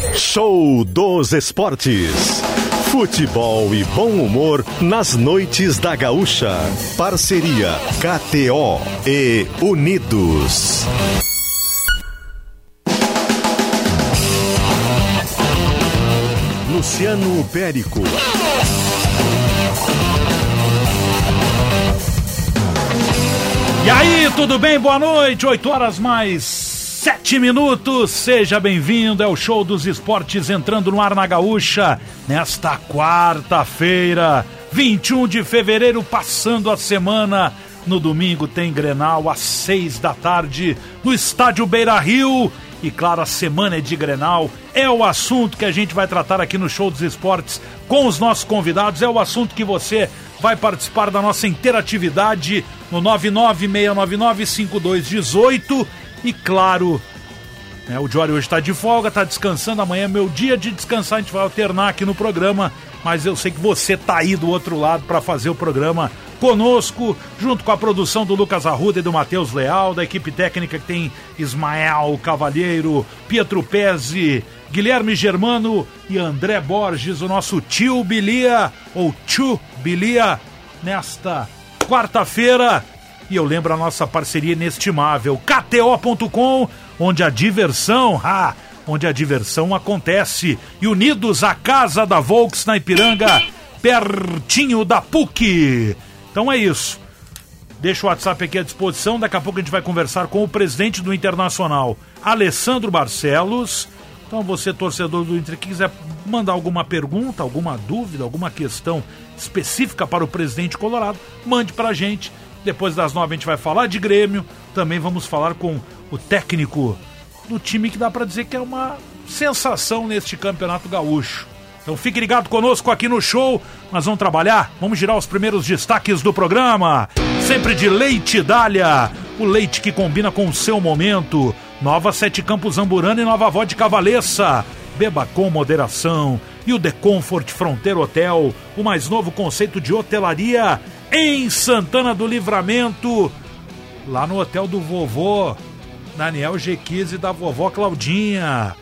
Show dos Esportes. Futebol e bom humor nas noites da Gaúcha. Parceria KTO e Unidos. Luciano Périco. E aí, tudo bem? Boa noite, 8 horas mais 7 minutos. Seja bem-vindo, é o Show dos Esportes entrando no ar na Gaúcha nesta quarta-feira, 21 de fevereiro, passando a semana. No domingo tem Grenal às 6 da tarde no estádio Beira-Rio. E claro, a semana é de Grenal, é o assunto que a gente vai tratar aqui no Show dos Esportes com os nossos convidados, é o assunto que você vai participar da nossa interatividade no 996995218 e claro, o Jory hoje está de folga, está descansando, amanhã é meu dia de descansar, a gente vai alternar aqui no programa, mas eu sei que você está aí do outro lado para fazer o programa conosco, junto com a produção do Lucas Arruda e do Matheus Leal, da equipe técnica que tem Ismael Cavalheiro, Pietro Pezzi, Guilherme Germano e André Borges, o nosso tio Bilia, ou tio Bilia, nesta quarta-feira. E eu lembro a nossa parceria inestimável, KTO.com, onde a diversão acontece. E Unidos, a casa da Volks na Ipiranga, pertinho da PUC. Então é isso. Deixa o WhatsApp aqui à disposição. Daqui a pouco a gente vai conversar com o presidente do Internacional, Alessandro Barcelos. Então você, torcedor do Inter, que quiser mandar alguma pergunta, alguma dúvida, alguma questão específica para o presidente colorado, mande pra gente. Depois das 9 a gente vai falar de Grêmio. Também vamos falar com o técnico do time que dá pra dizer que é uma sensação neste campeonato gaúcho. Então fique ligado conosco aqui no show, nós vamos trabalhar, vamos girar os primeiros destaques do programa, sempre de Leite Dália, o leite que combina com o seu momento, Nova Sete Campos Amburana e Nova Vodka Valessa, beba com moderação, e o The Comfort Frontier Hotel, o mais novo conceito de hotelaria em Santana do Livramento, lá no hotel do vovô Daniel G15 e da vovó Claudinha,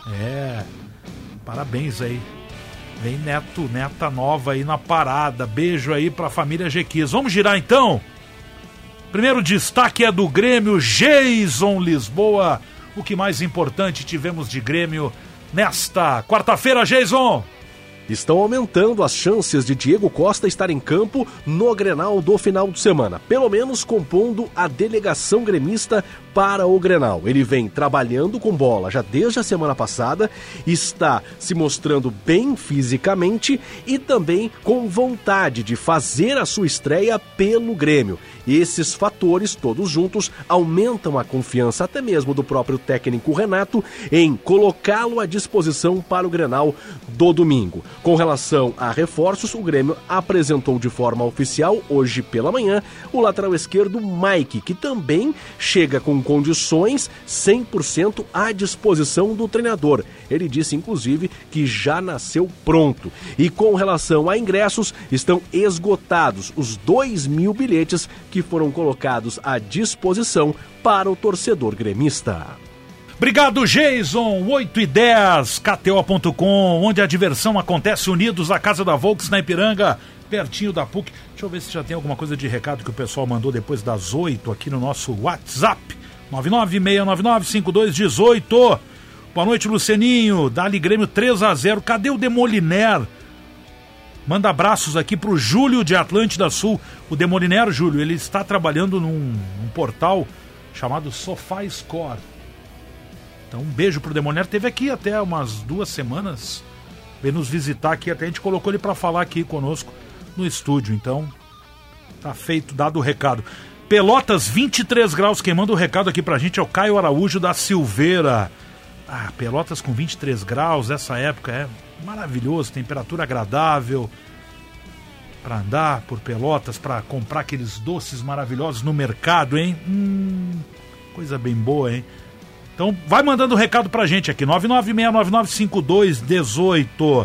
parabéns aí. Vem neta nova aí na parada. Beijo aí pra família G15. Vamos girar então? Primeiro destaque é do Grêmio, Jason Lisboa. O que mais importante tivemos de Grêmio nesta quarta-feira, Jason? Estão aumentando as chances de Diego Costa estar em campo no Grenal do final de semana, pelo menos compondo a delegação gremista para o Grenal. Ele vem trabalhando com bola já desde a semana passada, está se mostrando bem fisicamente e também com vontade de fazer a sua estreia pelo Grêmio. Esses fatores, todos juntos, aumentam a confiança até mesmo do próprio técnico Renato em colocá-lo à disposição para o Grenal do domingo. Com relação a reforços, o Grêmio apresentou de forma oficial, hoje pela manhã, o lateral esquerdo Mike, que também chega com condições 100% à disposição do treinador. Ele disse, inclusive, que já nasceu pronto. E com relação a ingressos, estão esgotados os 2.000 bilhetes que foram colocados à disposição para o torcedor gremista. Obrigado, Jason. 8h10, KTO.com, onde a diversão acontece. Unidos, a casa da Volks na Ipiranga, pertinho da PUC. Deixa eu ver se já tem alguma coisa de recado que o pessoal mandou depois das 8 aqui no nosso WhatsApp. 996995218. Boa noite, Lucianinho. Dali Grêmio 3-0. Cadê o Demoliner? Manda abraços aqui pro Júlio de Atlântida Sul. O Demoliner, Júlio, ele está trabalhando num portal chamado SofaScore. Então um beijo pro Demoliner, teve aqui até umas 2 semanas, veio nos visitar aqui, até a gente colocou ele pra falar aqui conosco no estúdio, então tá feito, dado o recado. Pelotas, 23 graus, quem manda o recado aqui pra gente é o Caio Araújo da Silveira. Pelotas com 23 graus, essa época é maravilhoso, temperatura agradável pra andar por Pelotas, pra comprar aqueles doces maravilhosos no mercado, hein? Coisa bem boa, hein? Então vai mandando um recado pra gente aqui, 996995218.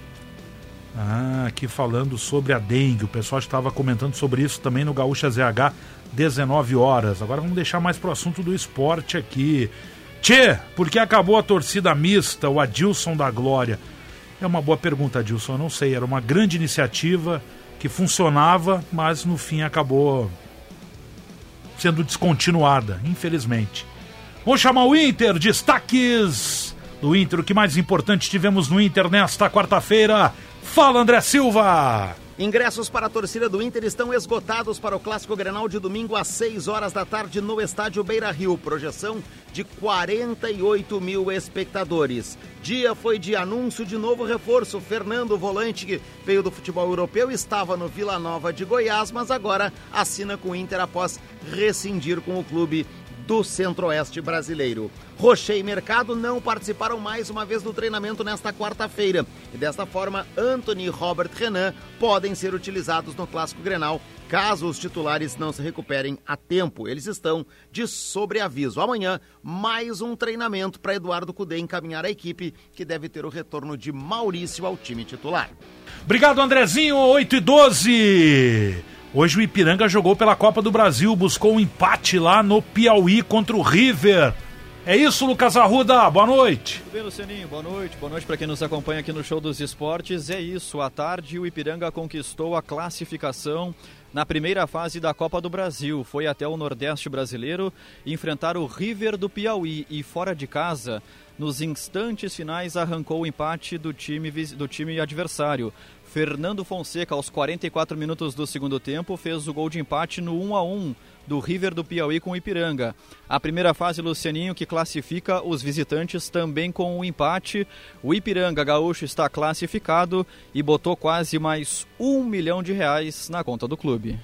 Aqui falando sobre a dengue, o pessoal estava comentando sobre isso também no Gaúcha ZH, 19 horas. Agora vamos deixar mais pro assunto do esporte aqui. Tchê, por que acabou a torcida mista, o Adilson da Glória? É uma boa pergunta, Adilson, eu não sei, era uma grande iniciativa que funcionava, mas no fim acabou sendo descontinuada, infelizmente. Vamos chamar o Inter, destaques do Inter, o que mais importante tivemos no Inter nesta quarta-feira. Fala, André Silva! Ingressos para a torcida do Inter estão esgotados para o Clássico Grenal de domingo às 6 horas da tarde no estádio Beira-Rio. Projeção de 48 mil espectadores. Dia foi de anúncio de novo reforço. Fernando, volante que veio do futebol europeu, estava no Vila Nova de Goiás, mas agora assina com o Inter após rescindir com o clube do Centro-Oeste brasileiro. Rocher e Mercado não participaram mais uma vez do treinamento nesta quarta-feira. E desta forma, Antony e Robert Renan podem ser utilizados no Clássico Grenal, caso os titulares não se recuperem a tempo. Eles estão de sobreaviso. Amanhã, mais um treinamento para Eduardo Cudê encaminhar a equipe, que deve ter o retorno de Maurício ao time titular. Obrigado, Andrezinho, 8:12. Hoje o Ipiranga jogou pela Copa do Brasil, buscou um empate lá no Piauí contra o River. É isso, Lucas Arruda, boa noite. Tudo bem, Lucianinho, boa noite para quem nos acompanha aqui no Show dos Esportes. É isso, à tarde o Ipiranga conquistou a classificação na primeira fase da Copa do Brasil. Foi até o Nordeste brasileiro enfrentar o River do Piauí e fora de casa, nos instantes finais, arrancou o empate do time adversário. Fernando Fonseca, aos 44 minutos do segundo tempo, fez o gol de empate no 1-1 do River do Piauí com o Ipiranga. A primeira fase, Lucianinho, que classifica os visitantes também com o empate. O Ipiranga gaúcho está classificado e botou quase mais R$1 milhão na conta do clube.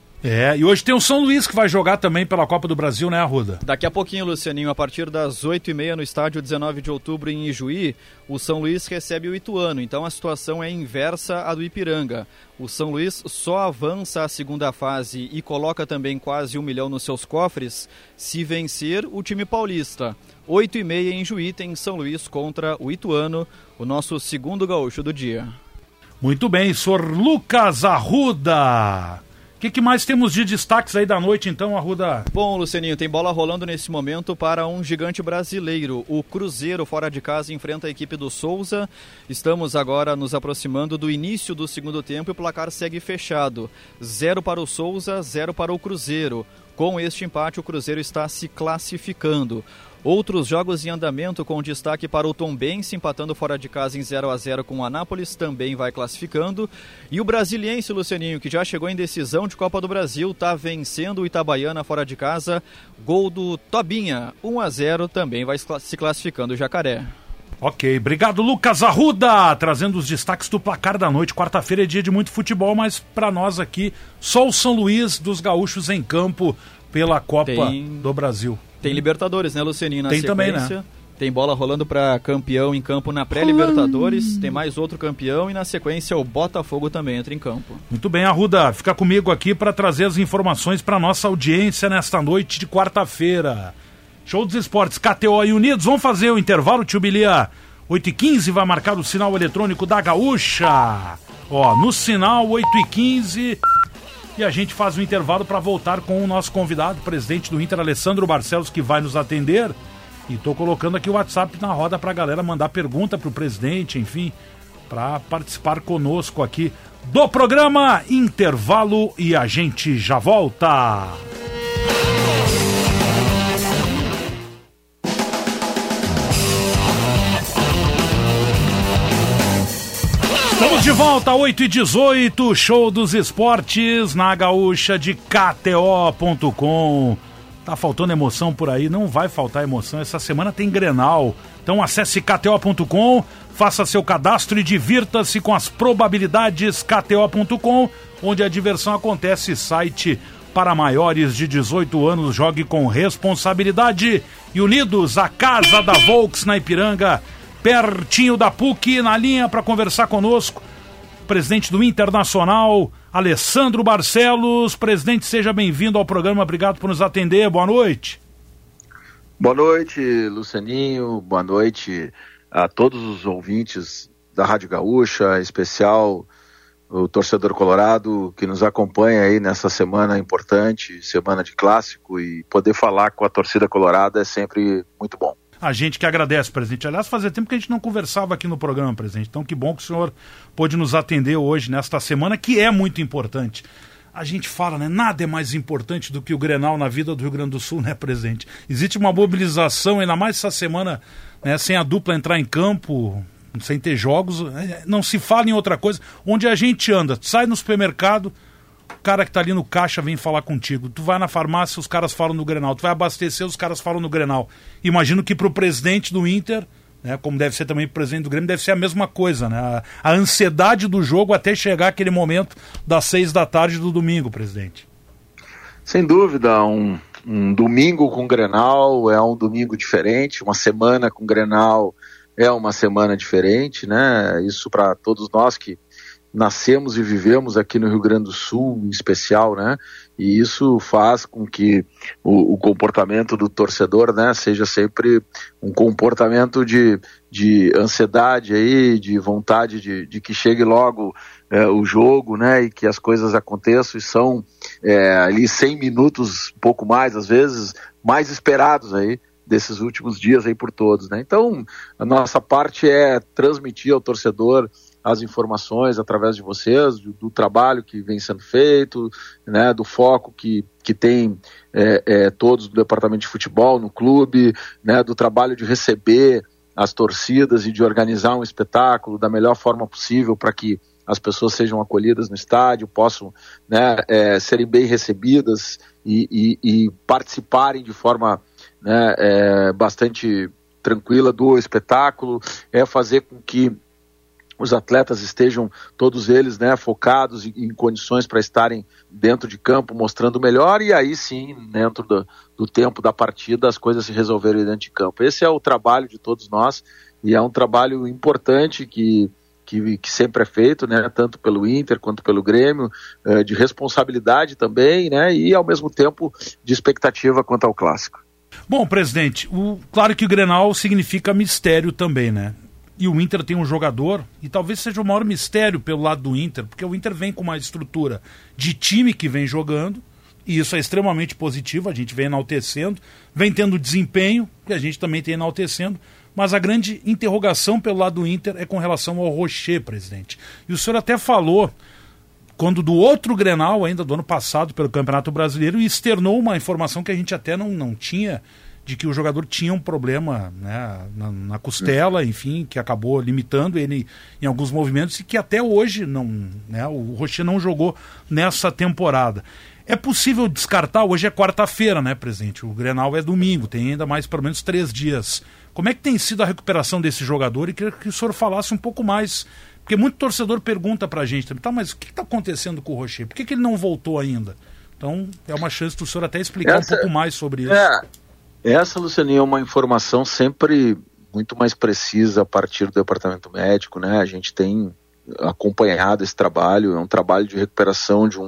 E hoje tem o São Luís que vai jogar também pela Copa do Brasil, né, Arruda? Daqui a pouquinho, Lucianinho, a partir das 8h30 no estádio 19 de outubro em Ijuí, o São Luís recebe o Ituano, então a situação é inversa à do Ipiranga. O São Luís só avança à segunda fase e coloca também quase R$1 milhão nos seus cofres se vencer o time paulista. 8h30 em Ijuí tem São Luís contra o Ituano, o nosso segundo gaúcho do dia. Muito bem, senhor Lucas Arruda. O que mais temos de destaques aí da noite, então, Arruda? Bom, Lucianinho, tem bola rolando nesse momento para um gigante brasileiro. O Cruzeiro, fora de casa, enfrenta a equipe do Souza. Estamos agora nos aproximando do início do segundo tempo e o placar segue fechado. 0 para o Souza, 0 para o Cruzeiro. Com este empate, o Cruzeiro está se classificando. Outros jogos em andamento, com destaque para o Tombense, empatando fora de casa em 0-0 com o Anápolis, também vai classificando. E o Brasiliense, Lucianinho, que já chegou em decisão de Copa do Brasil, está vencendo o Itabaiana fora de casa. Gol do Tobinha, 1-0, também vai se classificando o Jacaré. Ok, obrigado, Lucas Arruda, trazendo os destaques do placar da noite. Quarta-feira é dia de muito futebol, mas para nós aqui, só o São Luís dos gaúchos em campo pela Copa do Brasil. Tem Libertadores, né, Lucianinho, na tem sequência. Também, né? Tem bola rolando para campeão em campo na pré-Libertadores. Tem mais outro campeão e na sequência o Botafogo também entra em campo. Muito bem, Arruda, fica comigo aqui para trazer as informações para nossa audiência nesta noite de quarta-feira. Show dos Esportes, KTO e Unidos. Vamos fazer o intervalo, tio Bilia. 8h15 vai marcar o sinal eletrônico da Gaúcha. Ó, no sinal 8h15... E a gente faz um intervalo para voltar com o nosso convidado, o presidente do Inter, Alessandro Barcelos, que vai nos atender. E estou colocando aqui o WhatsApp na roda para a galera mandar pergunta para o presidente, enfim, para participar conosco aqui do programa. Intervalo e a gente já volta. Estamos de volta, 8h18, Show dos Esportes na Gaúcha de KTO.com. Tá faltando emoção por aí? Não vai faltar emoção, essa semana tem Grenal. Então acesse KTO.com, faça seu cadastro e divirta-se com as probabilidades KTO.com, onde a diversão acontece. Site para maiores de 18 anos, jogue com responsabilidade. E Unidos, a casa da Volks na Ipiranga, pertinho da PUC, na linha para conversar conosco, presidente do Internacional, Alessandro Barcelos. Presidente, seja bem-vindo ao programa, obrigado por nos atender, boa noite. Boa noite, Lucianinho, boa noite a todos os ouvintes da Rádio Gaúcha, em especial o torcedor colorado que nos acompanha aí nessa semana importante, semana de clássico, e poder falar com a torcida colorada é sempre muito bom. A gente que agradece, presidente. Aliás, fazia tempo que a gente não conversava aqui no programa, presidente. Então, que bom que o senhor pôde nos atender hoje, nesta semana, que é muito importante. A gente fala, né? Nada é mais importante do que o Grenal na vida do Rio Grande do Sul, né, presidente? Existe uma mobilização, ainda mais essa semana, né, sem a dupla entrar em campo, sem ter jogos, não se fala em outra coisa. Onde a gente anda, sai no supermercado, o cara que tá ali no caixa vem falar contigo. Tu vai na farmácia, os caras falam no Grenal. Tu vai abastecer, os caras falam no Grenal. Imagino que pro presidente do Inter, né, como deve ser também pro presidente do Grêmio, deve ser a mesma coisa, né? A ansiedade do jogo até chegar aquele momento das 6h do domingo, presidente. Sem dúvida, um domingo com Grenal é um domingo diferente, uma semana com Grenal é uma semana diferente, né? Isso para todos nós que nascemos e vivemos aqui no Rio Grande do Sul, em especial, né? E isso faz com que o comportamento do torcedor, né, seja sempre um comportamento de ansiedade aí, de vontade de que chegue logo o jogo, né, e que as coisas aconteçam, e são ali 100 minutos, um pouco mais, às vezes, mais esperados aí, desses últimos dias aí por todos, né? Então, a nossa parte é transmitir ao torcedor as informações através de vocês, do trabalho que vem sendo feito, né, do foco que tem todos do departamento de futebol no clube, né, do trabalho de receber as torcidas e de organizar um espetáculo da melhor forma possível para que as pessoas sejam acolhidas no estádio, possam, né, serem bem recebidas e participarem de forma, né, bastante tranquila do espetáculo, fazer com que os atletas estejam, todos eles, né, focados em condições para estarem dentro de campo, mostrando o melhor, e aí sim, dentro do tempo da partida, as coisas se resolverem dentro de campo. Esse é o trabalho de todos nós, e é um trabalho importante que sempre é feito, né, tanto pelo Inter quanto pelo Grêmio, de responsabilidade também, né, e ao mesmo tempo de expectativa quanto ao clássico. Bom, presidente, claro que o Grenal significa mistério também, né? E o Inter tem um jogador, e talvez seja o maior mistério pelo lado do Inter, porque o Inter vem com uma estrutura de time que vem jogando, e isso é extremamente positivo, a gente vem enaltecendo, vem tendo desempenho, que a gente também tem enaltecendo, mas a grande interrogação pelo lado do Inter é com relação ao Rocher, presidente. E o senhor até falou, quando do outro Grenal, ainda do ano passado, pelo Campeonato Brasileiro, e externou uma informação que a gente até não tinha, de que o jogador tinha um problema, né, na costela, enfim, que acabou limitando ele em alguns movimentos e que até hoje o Rocher não jogou nessa temporada. É possível descartar, hoje é quarta-feira, né, presidente? O Grenal é domingo, tem ainda mais pelo menos 3 dias. Como é que tem sido a recuperação desse jogador? E queria que o senhor falasse um pouco mais, porque muito torcedor pergunta pra gente também, tá, mas o que está acontecendo com o Rocher? Por que ele não voltou ainda? Então é uma chance do senhor até explicar um pouco mais sobre isso. Essa, Lucianinha, é uma informação sempre muito mais precisa a partir do departamento médico, né? A gente tem acompanhado esse trabalho, é um trabalho de recuperação de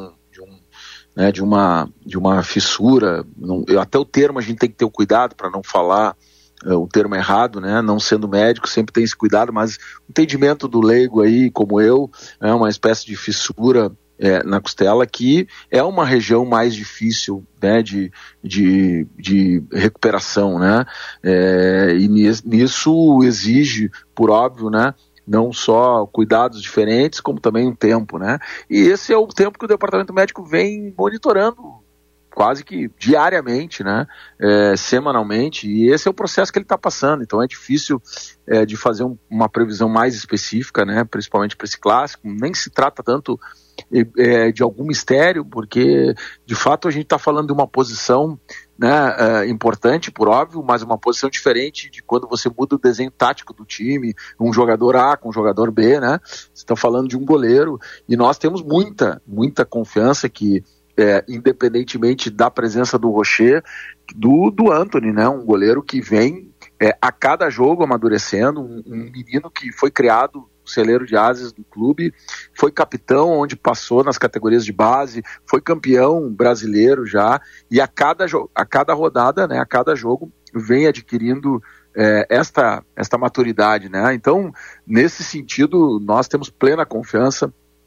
uma fissura. Até o termo a gente tem que ter o cuidado para não falar o termo errado, né? Não sendo médico, sempre tem esse cuidado, mas o entendimento do leigo aí, como eu, é uma espécie de fissura na costela, que é uma região mais difícil, né, de recuperação, né, e nisso exige, por óbvio, né, não só cuidados diferentes, como também um tempo, né, e esse é o tempo que o departamento médico vem monitorando quase que diariamente, né, semanalmente, e esse é o processo que ele está passando. Então é difícil de fazer uma previsão mais específica, né, principalmente para esse clássico. Nem se trata tanto de algum mistério, porque de fato a gente está falando de uma posição, né, importante, por óbvio, mas uma posição diferente de quando você muda o desenho tático do time, um jogador A com um jogador B, né, você está falando de um goleiro, e nós temos muita confiança que, independentemente da presença do Rocher, do Antony, né, um goleiro que vem a cada jogo amadurecendo, um menino que foi criado celeiro de ases do clube, foi capitão onde passou nas categorias de base, foi campeão brasileiro já, e a cada rodada, né, a cada jogo vem adquirindo esta maturidade, né? Então, nesse sentido, nós temos plena confiança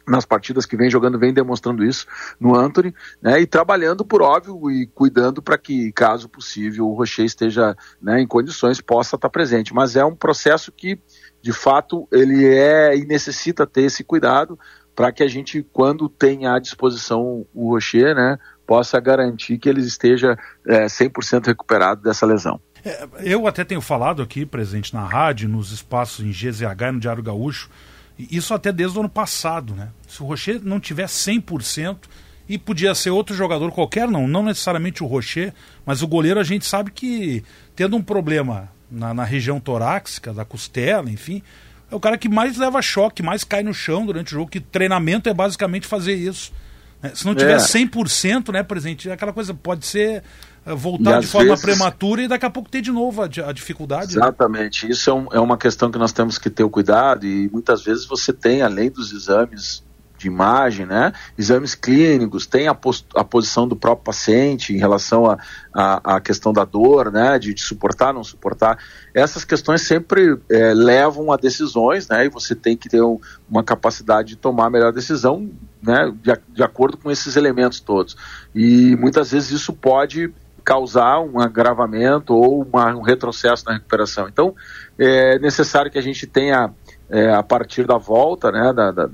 nas partidas que vem jogando, vem demonstrando isso no Antony, né, e trabalhando, por óbvio, e cuidando para que, caso possível, o Rocher esteja, né, em condições, possa estar presente. Mas é um processo que, de fato, ele e necessita ter esse cuidado para que a gente, quando tenha à disposição o Rocher, né, possa garantir que ele esteja 100% recuperado dessa lesão. Eu até tenho falado aqui, presente na rádio, nos espaços em GZH e no Diário Gaúcho, isso até desde o ano passado, né? Se o Rocher não tiver 100%, e podia ser outro jogador qualquer, não necessariamente o Rocher, mas o goleiro a gente sabe que, tendo um problema na região torácica, da costela, enfim, é o cara que mais leva choque, mais cai no chão durante o jogo, que treinamento é basicamente fazer isso. Se não tiver 100%, né, presidente, aquela coisa pode ser voltar de forma prematura e daqui a pouco ter de novo a dificuldade. Exatamente, né? Isso é uma questão que nós temos que ter o cuidado, e muitas vezes você tem, além dos exames de imagem, né, exames clínicos, tem a posição do próprio paciente em relação à questão da dor, né, de suportar, não suportar. Essas questões sempre levam a decisões, né, e você tem que ter uma capacidade de tomar a melhor decisão, né, de acordo com esses elementos todos. E muitas vezes isso pode causar um agravamento ou um retrocesso na recuperação. Então, é necessário que a gente tenha, a partir da volta, né,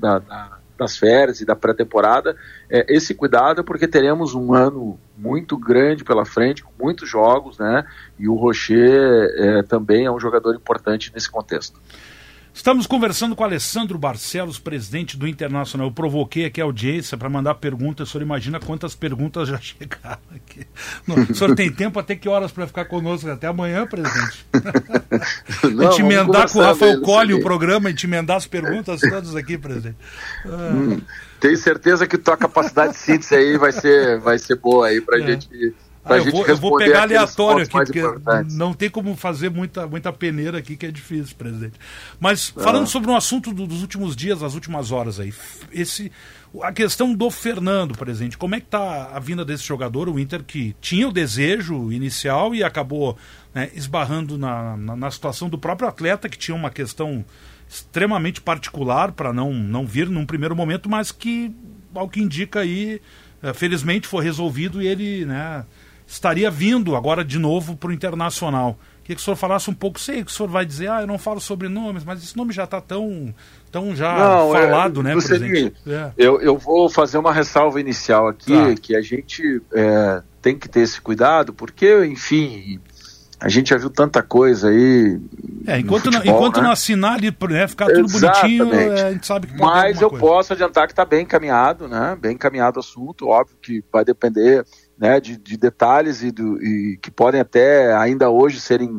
das férias e da pré-temporada, esse cuidado, porque teremos um ano muito grande pela frente, com muitos jogos, né, e o Rocher também é um jogador importante nesse contexto. Estamos conversando com o Alessandro Barcelos, presidente do Internacional. Eu provoquei aqui a audiência para mandar perguntas. O senhor imagina quantas perguntas já chegaram aqui. O senhor tem tempo até que horas para ficar conosco? Até amanhã, presidente? Não, te emendar com o Rafael Colli o programa e te emendar as perguntas todas aqui, presidente. Tenho certeza que tua capacidade de síntese aí vai ser boa aí para a gente... Eu vou pegar aleatório aqui, porque não tem como fazer muita peneira aqui, que é difícil, presidente. Mas falando sobre um assunto dos últimos dias, das últimas horas aí, a questão do Fernando, presidente, como é que está a vinda desse jogador, o Inter, que tinha o desejo inicial e acabou, né, esbarrando na situação do próprio atleta, que tinha uma questão extremamente particular para não vir num primeiro momento, mas que, ao que indica aí, felizmente foi resolvido e ele, né, estaria vindo agora de novo para o Internacional. Queria que o senhor falasse um pouco, sei que o senhor vai dizer, eu não falo sobre nomes, mas esse nome já está tão falado, né, presidente? Eu vou fazer uma ressalva inicial aqui, que a gente tem que ter esse cuidado, porque, enfim, a gente já viu tanta coisa aí. Enquanto futebol, não assinar ali, né, ficar tudo bonitinho, a gente sabe que pode. Mas eu posso adiantar que está bem encaminhado, né? Bem encaminhado o assunto, óbvio que vai depender, né, de detalhes e que podem até ainda hoje serem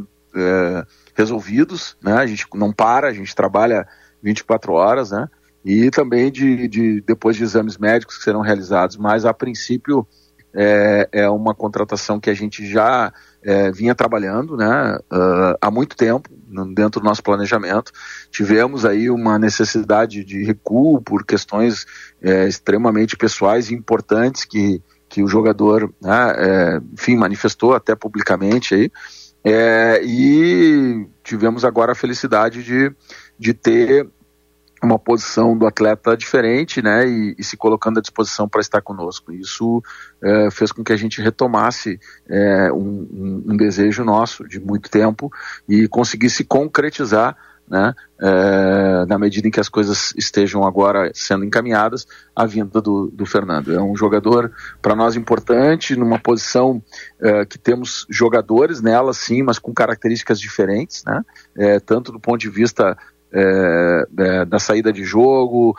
resolvidos, né? A gente não para, a gente trabalha 24 horas, né? E também depois de exames médicos que serão realizados, mas a princípio é uma contratação que a gente já vinha trabalhando, né, há muito tempo dentro do nosso planejamento. Tivemos aí uma necessidade de recuo por questões extremamente pessoais e importantes que o jogador, né, enfim, manifestou até publicamente aí, e tivemos agora a felicidade de ter uma posição do atleta diferente, né, e se colocando à disposição para estar conosco. Isso fez com que a gente retomasse um desejo nosso de muito tempo e conseguisse concretizar, né, na medida em que as coisas estejam agora sendo encaminhadas, a vinda do Fernando. É um jogador para nós importante, numa posição que temos jogadores nela, sim, mas com características diferentes, né, tanto do ponto de vista da saída de jogo,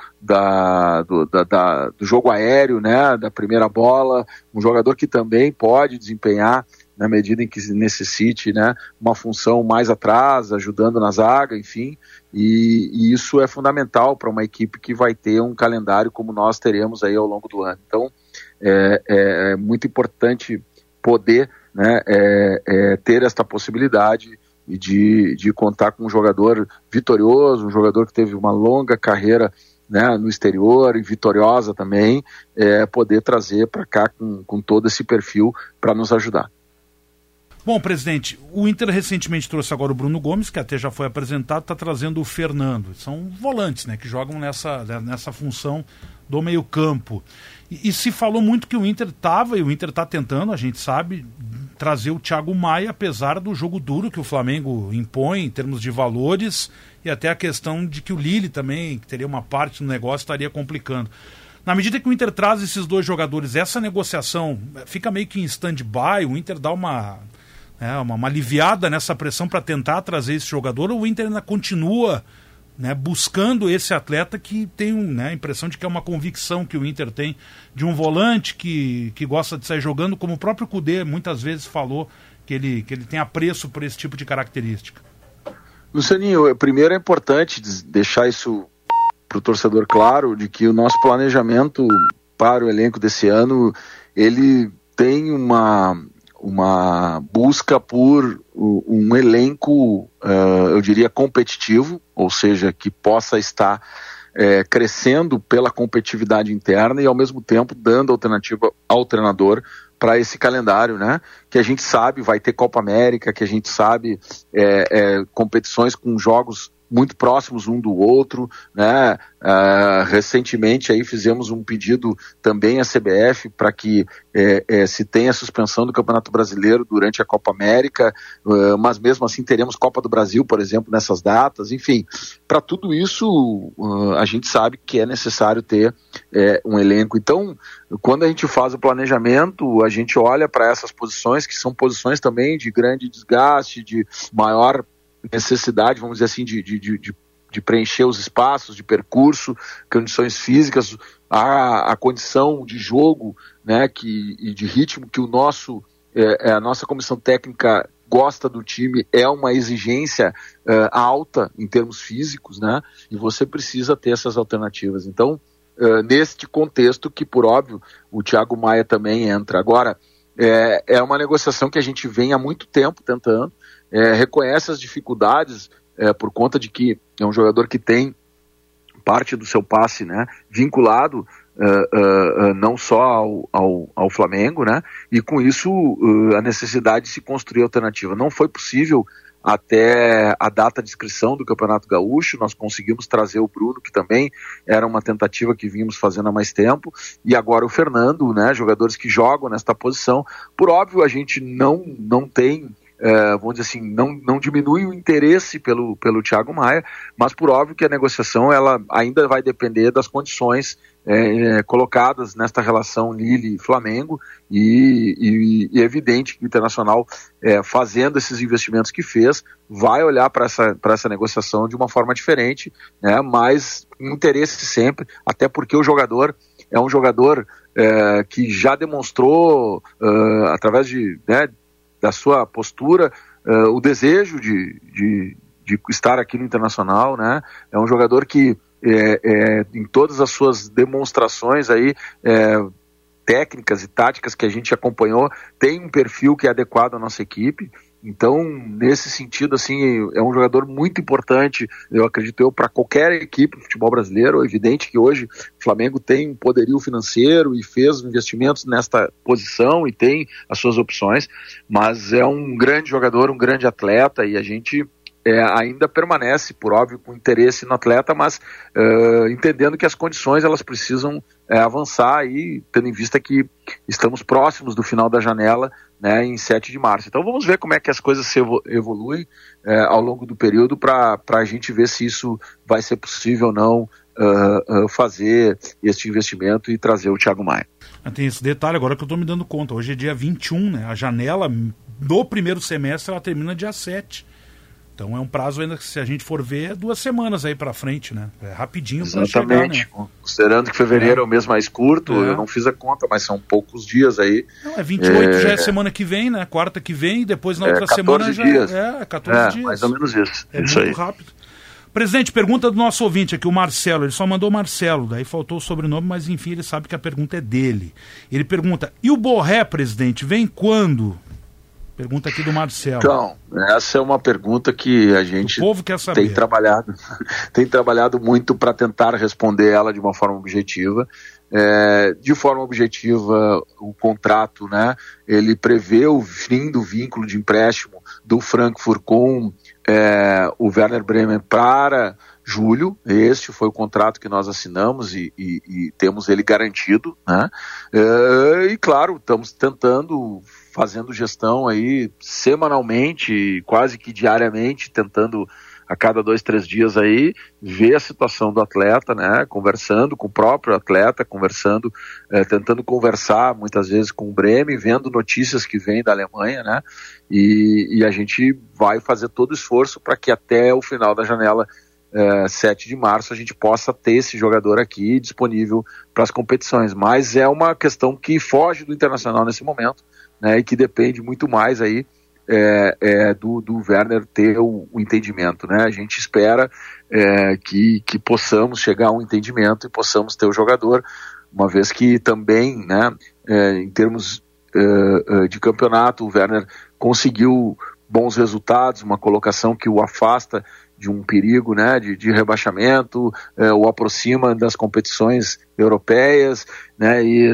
do jogo aéreo, né, da primeira bola, um jogador que também pode desempenhar, na medida em que se necessite, né, uma função mais atrás, ajudando na zaga, enfim, e isso é fundamental para uma equipe que vai ter um calendário como nós teremos aí ao longo do ano. Então, é muito importante poder, né, ter esta possibilidade e de contar com um jogador vitorioso, um jogador que teve uma longa carreira, né, no exterior e vitoriosa também, poder trazer para cá com todo esse perfil para nos ajudar. Bom, presidente, o Inter recentemente trouxe agora o Bruno Gomes, que até já foi apresentado, está trazendo o Fernando. São volantes, né, que jogam nessa função do meio-campo. E se falou muito que o Inter estava, e o Inter está tentando, a gente sabe, trazer o Thiago Maia, apesar do jogo duro que o Flamengo impõe em termos de valores, e até a questão de que o Lille também, que teria uma parte no negócio, estaria complicando. Na medida que o Inter traz esses dois jogadores, essa negociação fica meio que em stand-by, o Inter dá uma aliviada nessa pressão para tentar trazer esse jogador, ou o Inter ainda continua, né, buscando esse atleta que tem a impressão de que é uma convicção que o Inter tem de um volante que gosta de sair jogando, como o próprio Kudê muitas vezes falou que ele tem apreço por esse tipo de característica? Lucianinho, primeiro é importante deixar isso para o torcedor claro, de que o nosso planejamento para o elenco desse ano, ele tem uma busca por um elenco, eu diria, competitivo, ou seja, que possa estar crescendo pela competitividade interna e ao mesmo tempo dando alternativa ao treinador para esse calendário, né? Que a gente sabe vai ter Copa América, que a gente sabe competições com jogos muito próximos um do outro, né? Recentemente aí fizemos um pedido também à CBF para que se tenha a suspensão do Campeonato Brasileiro durante a Copa América, mas mesmo assim teremos Copa do Brasil, por exemplo, nessas datas. Enfim, para tudo isso a gente sabe que é necessário ter um elenco. Então, quando a gente faz o planejamento, a gente olha para essas posições, que são posições também de grande desgaste, de maior necessidade, vamos dizer assim, de preencher os espaços de percurso, condições físicas, a condição de jogo, né, e de ritmo que a nossa comissão técnica gosta do time, é uma exigência alta em termos físicos, né, e você precisa ter essas alternativas. Então, neste contexto que, por óbvio, o Thiago Maia também entra. Agora, é uma negociação que a gente vem há muito tempo tentando, reconhece as dificuldades por conta de que é um jogador que tem parte do seu passe, né, vinculado não só ao Flamengo, né, e com isso a necessidade de se construir alternativa. Não foi possível até a data de inscrição do Campeonato Gaúcho. Nós conseguimos trazer o Bruno, que também era uma tentativa que vínhamos fazendo há mais tempo, e agora o Fernando, né, jogadores que jogam nesta posição. Por óbvio, a gente não tem, vamos dizer assim, não diminui o interesse pelo Thiago Maia, mas por óbvio que a negociação ela ainda vai depender das condições colocadas nesta relação Lille e Flamengo, e é evidente que o Internacional, fazendo esses investimentos que fez, vai olhar para essa negociação de uma forma diferente, né, mas interesse sempre, até porque o jogador é um jogador que já demonstrou, através da sua postura, o desejo de estar aqui no Internacional, né? É um jogador que em todas as suas demonstrações aí, técnicas e táticas que a gente acompanhou, tem um perfil que é adequado à nossa equipe. Então, nesse sentido, assim, é um jogador muito importante, eu acredito para qualquer equipe do futebol brasileiro. É evidente que hoje o Flamengo tem um poderio financeiro e fez investimentos nesta posição e tem as suas opções, mas é um grande jogador, um grande atleta, e a gente ainda permanece, por óbvio, com interesse no atleta, mas entendendo que as condições elas precisam avançar, e tendo em vista que estamos próximos do final da janela, né, em 7 de março. Então vamos ver como é que as coisas se evoluem ao longo do período, para a gente ver se isso vai ser possível ou não fazer este investimento e trazer o Thiago Maia. Tem esse detalhe agora que eu estou me dando conta. Hoje é dia 21, né? A janela do primeiro semestre ela termina dia 7. Então é um prazo ainda que, se a gente for ver, 2 semanas aí para frente, né? É rapidinho para chegar, né? Exatamente. Considerando que fevereiro é o mês mais curto, eu não fiz a conta, mas são poucos dias aí. Não, 28 já é semana que vem, né? Quarta que vem, e depois na outra semana já dias. 14 dias. Mais ou menos isso. É isso muito aí. rápido. Presidente, pergunta do nosso ouvinte aqui, o Marcelo. Ele só mandou Marcelo, daí faltou o sobrenome, mas enfim, ele sabe que a pergunta é dele. Ele pergunta: e o Borré, presidente, vem quando? Pergunta aqui do Marcelo. Então, essa é uma pergunta que a gente tem trabalhado muito para tentar responder ela de uma forma objetiva. De forma objetiva, o contrato, né, ele prevê o fim do vínculo de empréstimo do Frankfurt com o Werder Bremen para julho. Este foi o contrato que nós assinamos e temos ele garantido, né? E claro, estamos fazendo gestão aí semanalmente, quase que diariamente, tentando a cada 2-3 dias aí, ver a situação do atleta, né, conversando com o próprio atleta, tentando conversar muitas vezes com o Bremen, vendo notícias que vêm da Alemanha, né, e a gente vai fazer todo o esforço para que até o final da janela 7 de março a gente possa ter esse jogador aqui disponível para as competições, mas é uma questão que foge do Internacional nesse momento, né, e que depende muito mais aí do Werner ter o entendimento, né? A gente espera que possamos chegar a um entendimento e possamos ter o jogador, uma vez que também, né, em termos de campeonato, o Werner conseguiu bons resultados, uma colocação que o afasta de um perigo, né, de rebaixamento, o aproxima das competições europeias, né, e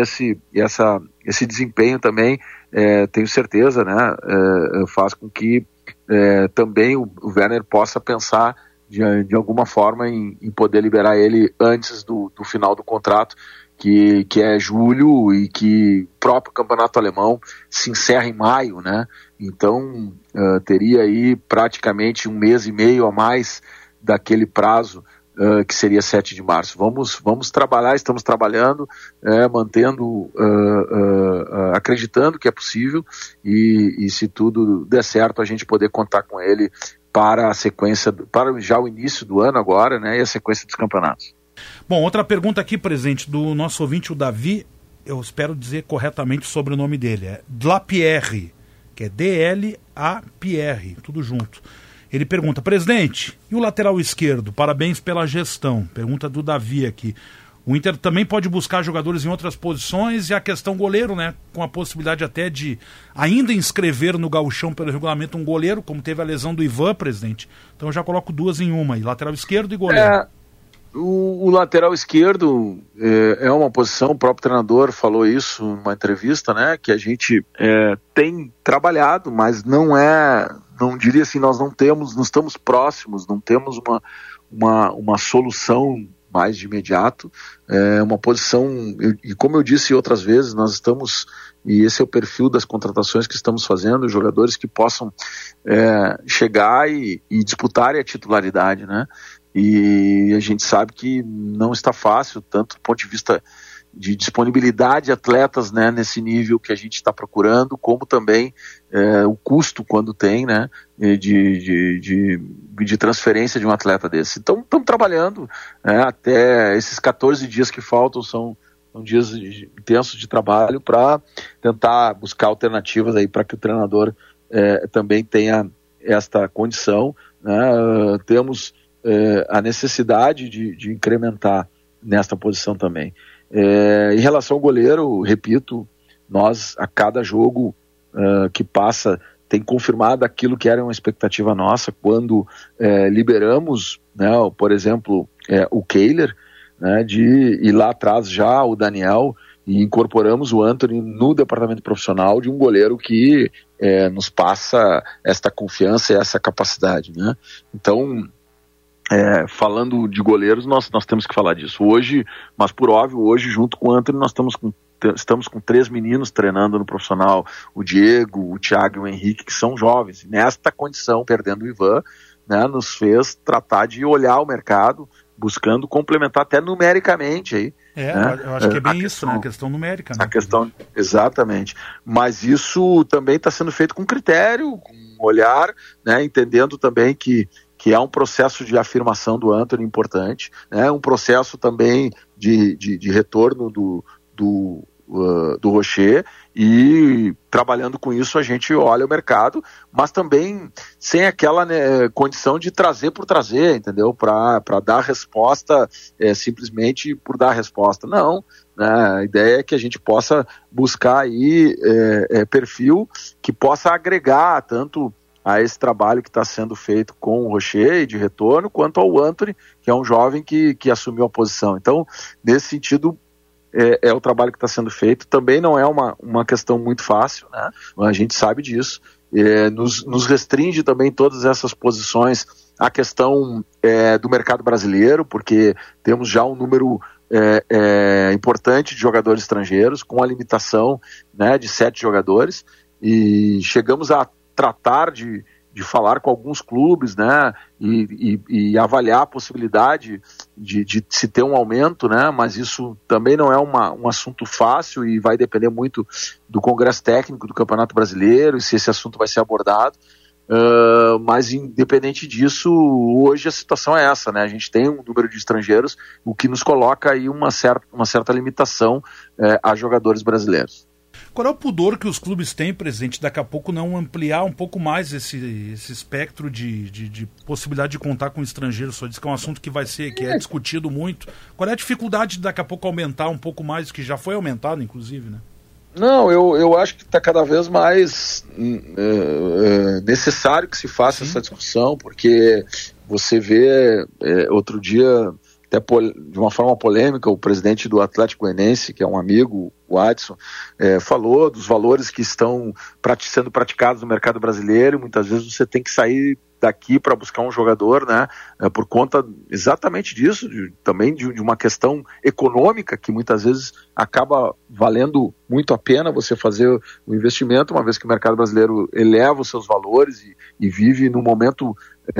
esse desempenho também, tenho certeza, né, faz com que também o Werner possa pensar de alguma forma em poder liberar ele antes do final do contrato, que é julho, e que o próprio campeonato alemão se encerra em maio, né? Então teria aí praticamente 1 mês e meio a mais daquele prazo que seria 7 de março. Vamos trabalhar, estamos trabalhando, mantendo, acreditando que é possível, e se tudo der certo, a gente poder contar com ele para a sequência, para já o início do ano agora, né, e a sequência dos campeonatos. Bom, outra pergunta aqui, presidente, do nosso ouvinte, o Davi, eu espero dizer corretamente sobre o nome dele, é Dlapierre, que é D-L-A-P-R, tudo junto. Ele pergunta: presidente, e o lateral esquerdo? Parabéns pela gestão. Pergunta do Davi aqui. O Inter também pode buscar jogadores em outras posições, e a questão goleiro, né? Com a possibilidade até de ainda inscrever no gauchão pelo regulamento um goleiro, como teve a lesão do Ivan, presidente. Então eu já coloco duas em uma aí, lateral esquerdo e goleiro. O lateral esquerdo é uma posição, o próprio treinador falou isso numa entrevista, né, que a gente tem trabalhado, mas não diria assim, nós não estamos próximos, não temos uma solução mais de imediato, uma posição, e como eu disse outras vezes, nós estamos, e esse é o perfil das contratações que estamos fazendo, jogadores que possam chegar e disputarem a titularidade, né? E a gente sabe que não está fácil, tanto do ponto de vista de disponibilidade de atletas, né, nesse nível que a gente está procurando, como também o custo quando tem, né, de transferência de um atleta desse. Então estamos trabalhando, até esses 14 dias que faltam são dias intensos de trabalho para tentar buscar alternativas aí para que o treinador também tenha esta condição, né? Temos a necessidade de incrementar nesta posição também. Em relação ao goleiro, repito, nós a cada jogo que passa tem confirmado aquilo que era uma expectativa nossa quando liberamos, né, por exemplo, o Kehler, né, e lá atrás já o Daniel, e incorporamos o Antony no departamento profissional de um goleiro que nos passa esta confiança e essa capacidade, né? Então, falando de goleiros, nós temos que falar disso hoje, mas por óbvio, hoje junto com o Antony nós estamos com 3 meninos treinando no profissional, o Diego, o Thiago e o Henrique, que são jovens, e nesta condição, perdendo o Ivan, né, nos fez tratar de olhar o mercado, buscando complementar até numericamente aí. Né? Eu acho que é bem isso, né? A questão numérica. Né? A questão, exatamente. Mas isso também está sendo feito com critério, com olhar, né, entendendo também que há um processo de afirmação do Antony importante, né, um processo também de retorno do Rocher, e trabalhando com isso a gente olha o mercado, mas também sem aquela, né, condição de trazer por trazer, entendeu? Para dar resposta simplesmente por dar resposta. Não, né? A ideia é que a gente possa buscar aí perfil que possa agregar tanto a esse trabalho que está sendo feito com o Rocher e de retorno, quanto ao Antony, que é um jovem que assumiu a posição. Então, nesse sentido, é o trabalho que está sendo feito. Também não é uma questão muito fácil, né? A gente sabe disso. Nos restringe também todas essas posições a questão do mercado brasileiro, porque temos já um número importante de jogadores estrangeiros, com a limitação, né, de 7 jogadores, e chegamos a tratar de falar com alguns clubes, né, e avaliar a possibilidade de se ter um aumento, né, mas isso também não é um assunto fácil e vai depender muito do Congresso Técnico do Campeonato Brasileiro e se esse assunto vai ser abordado. Mas independente disso, hoje a situação é essa, né? A gente tem um número de estrangeiros, o que nos coloca aí uma certa limitação a jogadores brasileiros. Qual é o pudor que os clubes têm, presidente, daqui a pouco não ampliar um pouco mais esse espectro de possibilidade de contar com estrangeiros? Só diz que é um assunto que é discutido muito. Qual é a dificuldade de daqui a pouco aumentar um pouco mais, que já foi aumentado, inclusive, né? Não, eu acho que está cada vez mais necessário que se faça essa discussão, porque você vê, outro dia, até de uma forma polêmica, o presidente do Atlético Goianiense, que é um amigo, o Adson, falou dos valores que estão sendo praticados no mercado brasileiro. Muitas vezes você tem que sair daqui para buscar um jogador, né, por conta exatamente disso, também de uma questão econômica, que muitas vezes acaba valendo muito a pena você fazer o investimento, uma vez que o mercado brasileiro eleva os seus valores e vive num momento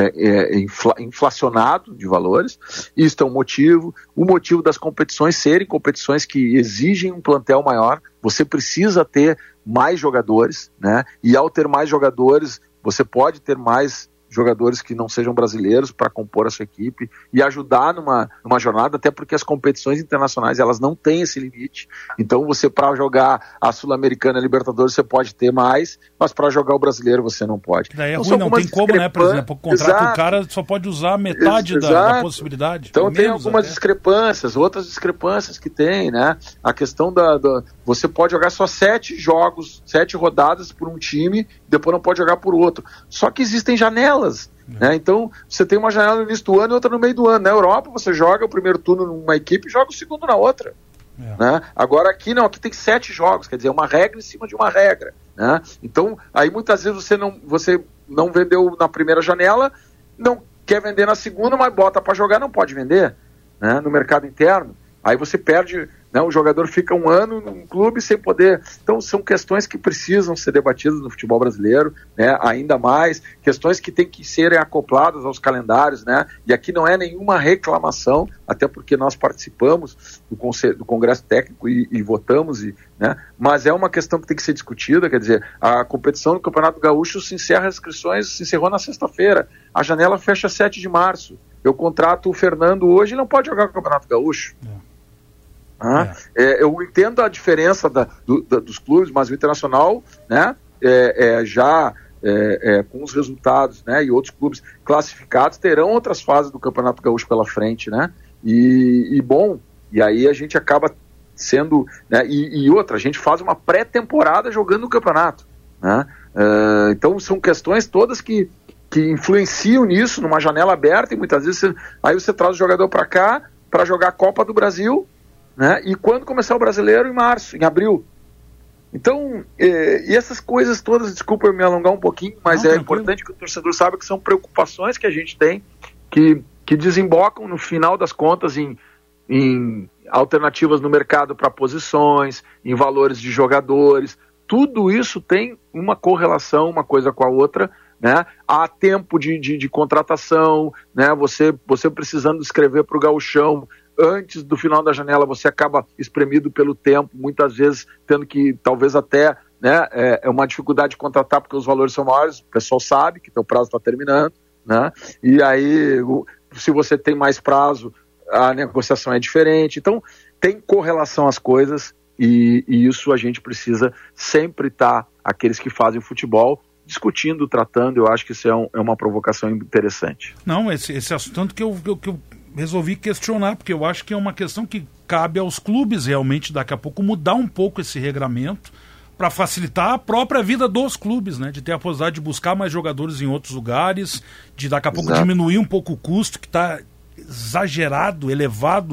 inflacionado de valores. Isso é um motivo. O motivo das competições serem competições que exigem um plantel maior. Você precisa ter mais jogadores, né, e ao ter mais jogadores, você pode ter mais jogadores que não sejam brasileiros para compor a sua equipe e ajudar numa jornada, até porque as competições internacionais, elas não têm esse limite. Então você, para jogar a Sul-Americana, a Libertadores, você pode ter mais, mas para jogar o brasileiro você não pode. Daí é ruim, não tem como, né, por exemplo, contrata o cara, só pode usar metade da possibilidade. Então tem algumas discrepâncias, outras discrepâncias que tem, né? A questão você pode jogar só 7 jogos, 7 rodadas por um time, depois não pode jogar por outro. Só que existem janelas, né? Então você tem uma janela no início do ano e outra no meio do ano. Na Europa você joga o primeiro turno numa equipe e joga o segundo na outra, né? Agora aqui não, aqui tem 7 jogos, quer dizer, uma regra em cima de uma regra, né? Então aí muitas vezes você não vendeu na primeira janela, não quer vender na segunda, mas bota para jogar, não pode vender, né, no mercado interno. Aí você perde, né, o jogador fica um ano num clube sem poder. Então são questões que precisam ser debatidas no futebol brasileiro, né, ainda mais, questões que têm que serem acopladas aos calendários, né, e aqui não é nenhuma reclamação, até porque nós participamos do Congresso Técnico e votamos, né, mas é uma questão que tem que ser discutida. Quer dizer, a competição do Campeonato Gaúcho se encerrou na sexta-feira, a janela fecha 7 de março. Eu contrato o Fernando hoje e não pode jogar o Campeonato Gaúcho. Eu entendo a diferença dos clubes, mas o Internacional, né, com os resultados, né, e outros clubes classificados terão outras fases do Campeonato Gaúcho pela frente, né, e aí a gente acaba sendo, né, e outra, a gente faz uma pré-temporada jogando no campeonato, né, então são questões todas que influenciam nisso, numa janela aberta, e muitas vezes aí você traz o jogador para cá para jogar a Copa do Brasil, né? E quando começar o Brasileiro, em abril. Então, e essas coisas todas, desculpa eu me alongar um pouquinho, mas importante que o torcedor saiba que são preocupações que a gente tem, que desembocam no final das contas em alternativas no mercado para posições, em valores de jogadores. Tudo isso tem uma correlação, uma coisa com a outra, né? Há tempo de contratação, né? Você precisando escrever para o gauchão antes do final da janela, você acaba espremido pelo tempo, muitas vezes tendo que, talvez até, né, é uma dificuldade de contratar porque os valores são maiores, o pessoal sabe que o prazo está terminando, né? E aí, se você tem mais prazo, a negociação é diferente. Então, tem correlação às coisas e isso a gente precisa sempre estar, aqueles que fazem futebol, discutindo, tratando. Eu acho que isso é uma provocação interessante. Não, esse assunto, tanto que eu resolvi questionar, porque eu acho que é uma questão que cabe aos clubes realmente daqui a pouco mudar um pouco esse regramento para facilitar a própria vida dos clubes, né? De ter a possibilidade de buscar mais jogadores em outros lugares, de daqui a pouco diminuir um pouco o custo que está exagerado, elevado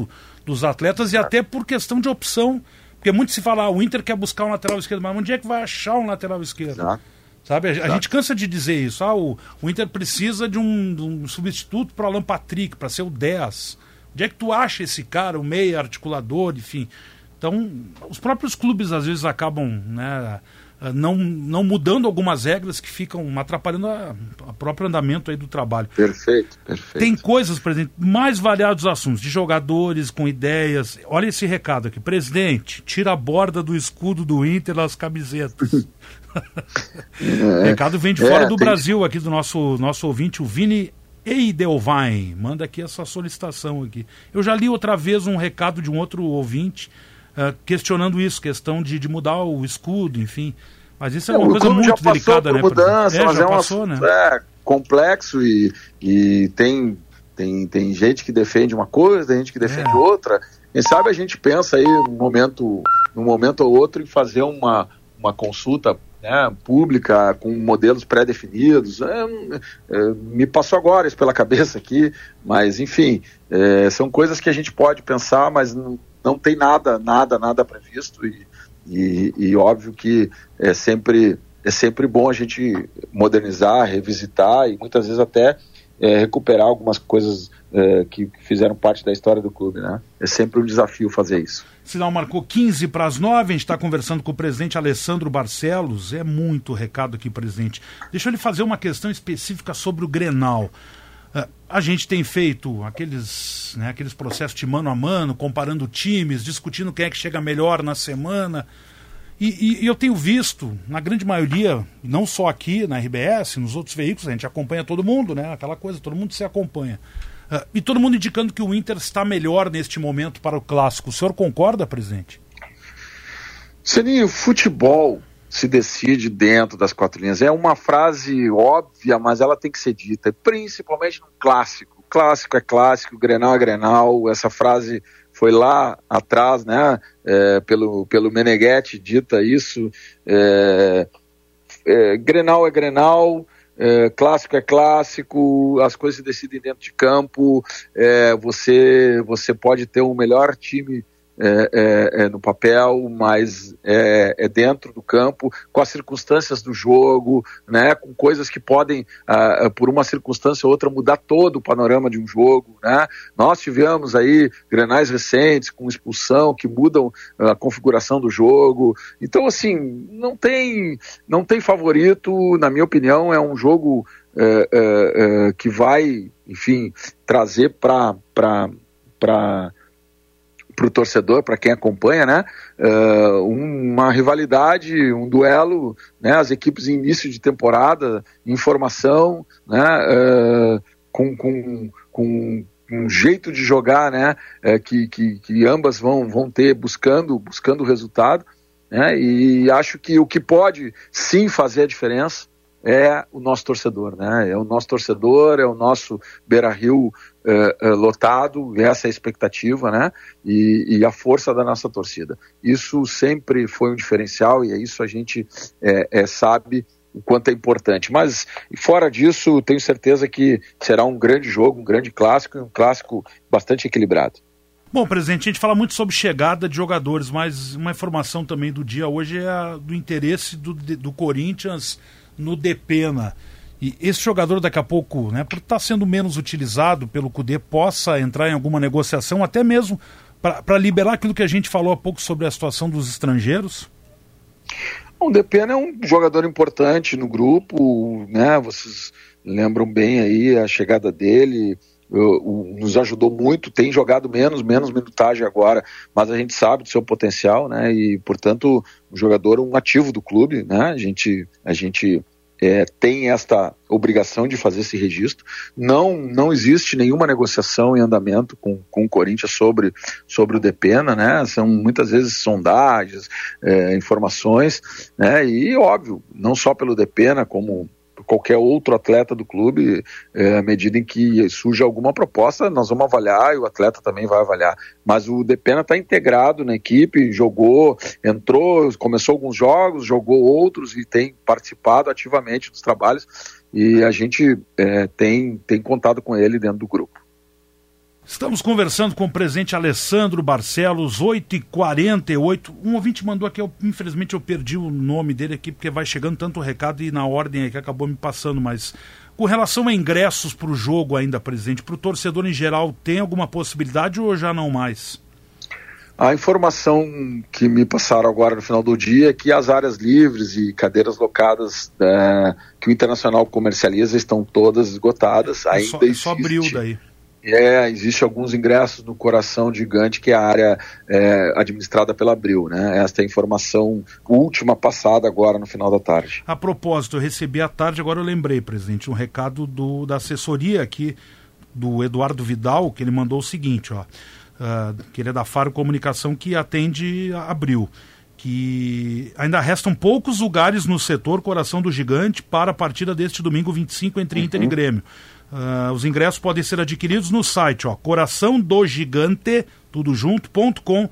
dos atletas e até por questão de opção, porque muito se fala, o Inter quer buscar um lateral esquerdo, mas onde é que vai achar um lateral esquerdo? Exato. Sabe, a gente cansa de dizer isso, o Inter precisa de um substituto para o Alan Patrick, para ser o 10. Onde é que tu acha esse cara, o meia, articulador, enfim? Então, os próprios clubes às vezes acabam, né, não mudando algumas regras que ficam atrapalhando o próprio andamento aí do trabalho. Perfeito. Tem coisas, presidente, mais variados assuntos, de jogadores com ideias. Olha esse recado aqui. Presidente, tira a borda do escudo do Inter das camisetas. Recado vem de fora do Brasil, aqui do nosso ouvinte, o Vini Eidelwein. Manda aqui essa solicitação aqui. Eu já li outra vez um recado de um outro ouvinte questionando isso, questão de mudar o escudo, enfim. Mas isso é uma coisa muito delicada, né? Mudança, mas já passou, né? Complexo e tem gente que defende uma coisa, tem gente que defende outra. Quem sabe a gente pensa aí num momento ou outro em fazer uma consulta, né, pública com modelos pré-definidos. Me passou agora isso pela cabeça aqui, mas enfim, são coisas que a gente pode pensar, mas não tem nada previsto e óbvio que é sempre bom a gente modernizar, revisitar e muitas vezes até recuperar algumas coisas que fizeram parte da história do clube, né? É sempre um desafio fazer isso. Sinal marcou 8:45, a gente está conversando com o presidente Alessandro Barcelos. É muito recado aqui, presidente. Deixa eu lhe fazer uma questão específica sobre o Grenal. A gente tem feito aqueles processos de mano a mano, comparando times, discutindo quem é que chega melhor na semana. E eu tenho visto, na grande maioria, não só aqui na RBS, nos outros veículos, a gente acompanha todo mundo, né? Aquela coisa, todo mundo se acompanha. E todo mundo indicando que o Inter está melhor neste momento para o Clássico. O senhor concorda, presidente? Seninho, futebol se decide dentro das quatro linhas. É uma frase óbvia, mas ela tem que ser dita, principalmente no clássico. O clássico é clássico, o Grenal é Grenal. Essa frase foi lá atrás, né, pelo Meneghetti, dita isso. Grenal é Grenal, clássico é clássico, as coisas se decidem dentro de campo. Você pode ter o melhor time no papel, mas é dentro do campo, com as circunstâncias do jogo, né, com coisas que podem, por uma circunstância ou outra, mudar todo o panorama de um jogo, né? Nós tivemos aí grenais recentes com expulsão que mudam a configuração do jogo. Então, assim, não tem favorito. Na minha opinião, é um jogo que vai, enfim, trazer para o torcedor, para quem acompanha, né, uma rivalidade, um duelo, né, as equipes em início de temporada, em formação, né, com um jeito de jogar, né, que ambas vão ter buscando o resultado, né, e acho que o que pode sim fazer a diferença é o nosso torcedor, né? É o nosso torcedor, é o nosso Beira-Rio lotado, essa é a expectativa, né? E a força da nossa torcida. Isso sempre foi um diferencial e é isso a gente sabe o quanto é importante. Mas fora disso, tenho certeza que será um grande jogo, um grande clássico e um clássico bastante equilibrado. Bom, presidente, a gente fala muito sobre chegada de jogadores, mas uma informação também do dia hoje é do interesse do Corinthians no Depena. E esse jogador daqui a pouco, né, por estar sendo menos utilizado pelo Cudê, possa entrar em alguma negociação, até mesmo para liberar aquilo que a gente falou há pouco sobre a situação dos estrangeiros? O Depena é um jogador importante no grupo, né? Vocês lembram bem aí a chegada dele, nos ajudou muito, tem jogado menos minutagem agora, mas a gente sabe do seu potencial, né? E, portanto, um jogador, um ativo do clube, né? A gente tem esta obrigação de fazer esse registro. Não existe nenhuma negociação em andamento com o Corinthians sobre o Depena, né? São muitas vezes sondagens, informações, né? E óbvio, não só pelo Depena, como qualquer outro atleta do clube, à medida em que surge alguma proposta, nós vamos avaliar e o atleta também vai avaliar. Mas o Depena está integrado na equipe, jogou, entrou, começou alguns jogos, jogou outros e tem participado ativamente dos trabalhos e a gente tem contado com ele dentro do grupo. Estamos conversando com o presidente Alessandro Barcelos, 8h48. Um ouvinte mandou aqui, infelizmente eu perdi o nome dele aqui, porque vai chegando tanto recado e na ordem aí que acabou me passando, mas com relação a ingressos para o jogo ainda, presidente, para o torcedor em geral, tem alguma possibilidade ou já não mais? A informação que me passaram agora no final do dia é que as áreas livres e cadeiras locadas que o Internacional comercializa estão todas esgotadas. Ainda só abriu daí. Existe alguns ingressos no Coração Gigante, que é a área administrada pela Abril, né? Esta é a informação última passada agora no final da tarde. A propósito, eu recebi à tarde, agora eu lembrei, presidente, um recado da assessoria aqui, do Eduardo Vidal, que ele mandou o seguinte, ó, que ele é da Faro Comunicação, que atende a Abril, que ainda restam poucos lugares no setor Coração do Gigante para a partida deste domingo 25 entre Inter e Grêmio. Os ingressos podem ser adquiridos no site, ó, coraçãodogigante, tudo junto.com.br.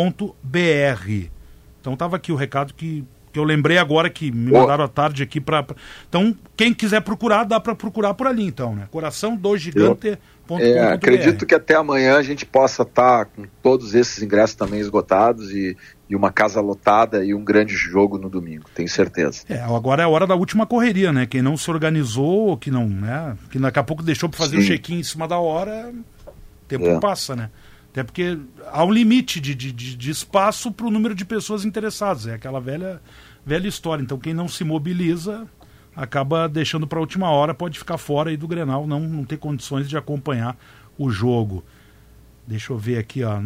Então estava aqui o recado que eu lembrei agora, que me mandaram à tarde aqui para. Então, quem quiser procurar, dá para procurar por ali, então, né? coraçãodogigante.com.br. Acredito que até amanhã a gente possa estar com todos esses ingressos também esgotados e uma casa lotada e um grande jogo no domingo, tenho certeza. Agora é a hora da última correria, né? Quem não se organizou, que não, né? Que daqui a pouco deixou para fazer o check-in em cima da hora, o tempo passa, né? Até porque há um limite de espaço para o número de pessoas interessadas. É aquela velha história. Então quem não se mobiliza acaba deixando para a última hora, pode ficar fora aí do Grenal, não ter condições de acompanhar o jogo. Deixa eu ver aqui, ó,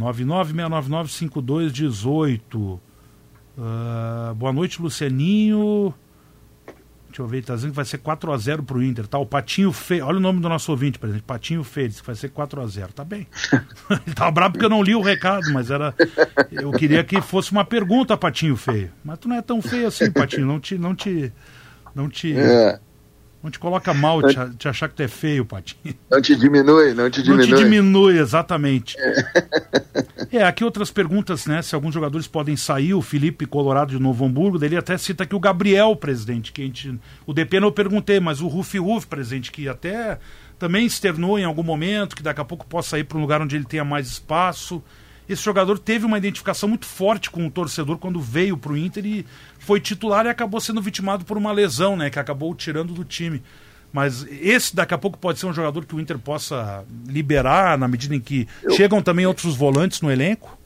996995218. Boa noite, Lucianinho. Deixa eu ver, ele tá dizendo que vai ser 4-0 pro Inter, tá? O Patinho Feio, olha o nome do nosso ouvinte, presidente, Patinho Feio, que vai ser 4-0, tá bem. Ele tava bravo porque eu não li o recado, mas eu queria que fosse uma pergunta, Patinho Feio. Mas tu não é tão feio assim, Patinho, não te coloca mal te achar que tu é feio, Patinho. Não te diminui. Não te diminui, exatamente. Aqui outras perguntas, né? Se alguns jogadores podem sair, o Felipe Colorado de Novo Hamburgo, dele até cita aqui o Gabriel, presidente, o DP não perguntei, mas o Rufi, presidente, que até também externou em algum momento, que daqui a pouco possa ir para um lugar onde ele tenha mais espaço. Esse jogador teve uma identificação muito forte com o torcedor quando veio para o Inter e foi titular e acabou sendo vitimado por uma lesão, né, que acabou o tirando do time. Mas esse daqui a pouco pode ser um jogador que o Inter possa liberar na medida em que chegam também outros volantes no elenco?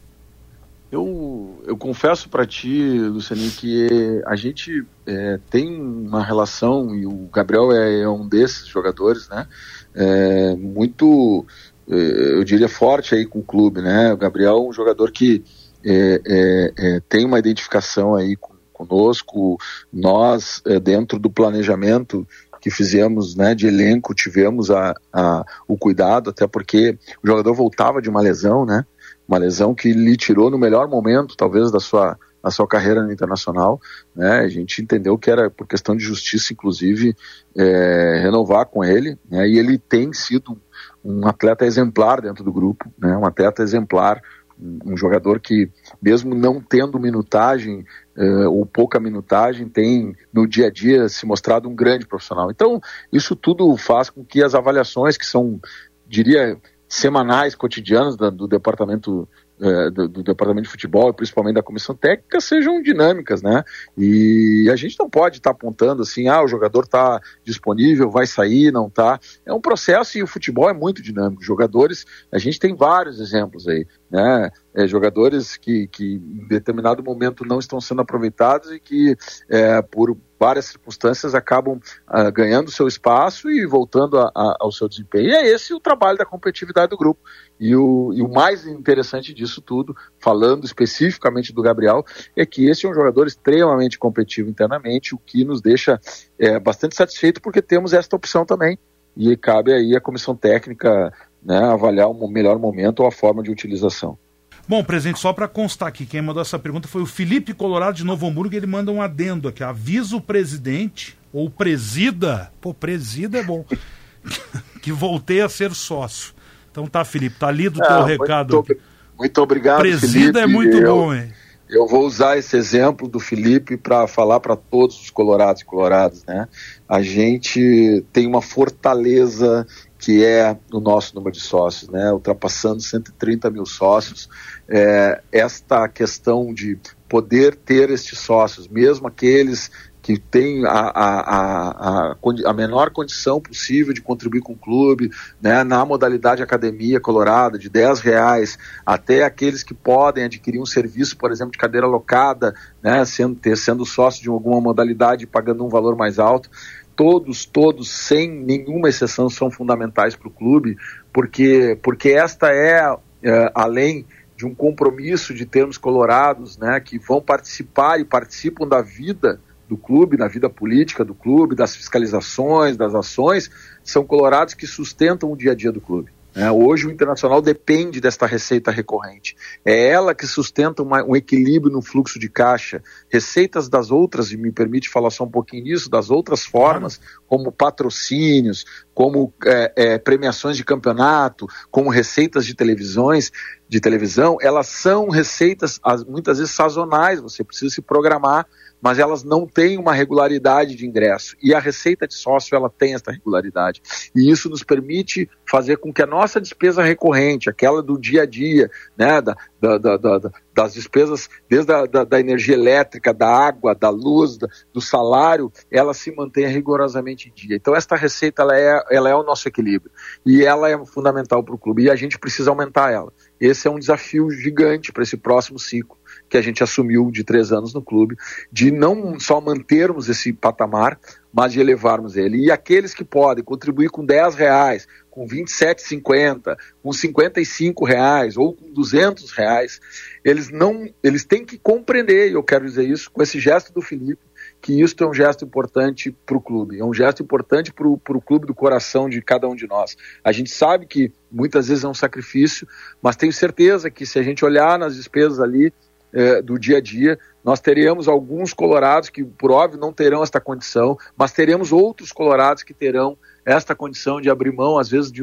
Eu confesso para ti, Lucianinho, que a gente tem uma relação, e o Gabriel é um desses jogadores, né, muito... eu diria forte aí com o clube, né? O Gabriel é um jogador que tem uma identificação aí conosco. Nós, dentro do planejamento que fizemos, né, de elenco, tivemos o cuidado, até porque o jogador voltava de uma lesão, né? Uma lesão que lhe tirou no melhor momento, talvez, da sua carreira no Internacional, né? A gente entendeu que era por questão de justiça, inclusive, renovar com ele, né? E ele tem sido um atleta exemplar dentro do grupo, né? Um atleta exemplar, um jogador que, mesmo não tendo minutagem ou pouca minutagem, tem no dia a dia se mostrado um grande profissional. Então, isso tudo faz com que as avaliações, que são, diria, semanais, cotidianas do departamento do departamento de futebol, principalmente da comissão técnica, sejam dinâmicas, né? E a gente não pode estar apontando assim, o jogador está disponível, vai sair, não está. É um processo e o futebol é muito dinâmico. Jogadores, a gente tem vários exemplos aí, né? Jogadores que em determinado momento não estão sendo aproveitados e que por várias circunstâncias acabam ganhando seu espaço e voltando ao seu desempenho. E é esse o trabalho da competitividade do grupo. E o mais interessante disso tudo, falando especificamente do Gabriel, é que esse é um jogador extremamente competitivo internamente, o que nos deixa bastante satisfeito, porque temos esta opção também. E cabe aí a comissão técnica, né, avaliar o melhor momento ou a forma de utilização. Bom, presidente, só para constar aqui, quem mandou essa pergunta foi o Felipe Colorado de Novo Hamburgo, ele manda um adendo aqui, avisa o presidente, ou presida, presida é bom, que voltei a ser sócio. Então tá, Felipe, tá lido o teu recado. Muito obrigado, presida, Felipe. É muito bom, hein? Eu vou usar esse exemplo do Felipe para falar para todos os colorados e coloradas, né? A gente tem uma fortaleza que é o nosso número de sócios, né? Ultrapassando 130 mil sócios. Esta questão de poder ter estes sócios, mesmo aqueles que têm a menor condição possível de contribuir com o clube, né, na modalidade Academia Colorado, de R$10, até aqueles que podem adquirir um serviço, por exemplo, de cadeira locada, né, sendo sócio de alguma modalidade, pagando um valor mais alto. Todos, sem nenhuma exceção, são fundamentais para o clube, porque esta além de um compromisso de termos colorados, né, que vão participar e participam da vida do clube, na vida política do clube, das fiscalizações, das ações, são colorados que sustentam o dia a dia do clube. Hoje o Internacional depende desta receita recorrente. É ela que sustenta um equilíbrio no fluxo de caixa. Receitas das outras, e me permite falar só um pouquinho nisso, das outras formas, como patrocínios, como premiações de campeonato, como receitas de televisão, elas são receitas muitas vezes sazonais, você precisa se programar, mas elas não têm uma regularidade de ingresso. E a receita de sócio, ela tem essa regularidade. E isso nos permite fazer com que a nossa despesa recorrente, aquela do dia a dia, né, das despesas, desde da energia elétrica, da água, da luz, do salário, ela se mantenha rigorosamente em dia. Então esta receita, ela é o nosso equilíbrio. E ela é fundamental para o clube. E a gente precisa aumentar ela. Esse é um desafio gigante para esse próximo ciclo que a gente assumiu de 3 anos no clube, de não só mantermos esse patamar, mas de elevarmos ele. E aqueles que podem contribuir com R$10, com R$27,50, com R$55 ou com R$200, eles têm que compreender, e eu quero dizer isso, com esse gesto do Felipe, que isso é um gesto importante para o clube, é um gesto importante para o clube do coração de cada um de nós. A gente sabe que muitas vezes é um sacrifício, mas tenho certeza que se a gente olhar nas despesas ali do dia a dia, nós teremos alguns colorados que, por óbvio, não terão esta condição, mas teremos outros colorados que terão esta condição de abrir mão, às vezes, de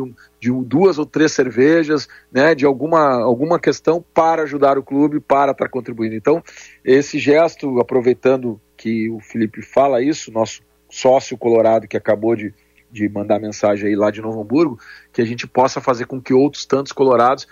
2 ou 3 cervejas, né, de alguma questão para ajudar o clube, para estar contribuindo. Então, esse gesto, aproveitando que o Felipe fala isso, nosso sócio colorado que acabou de mandar mensagem aí lá de Novo Hamburgo, que a gente possa fazer com que outros tantos colorados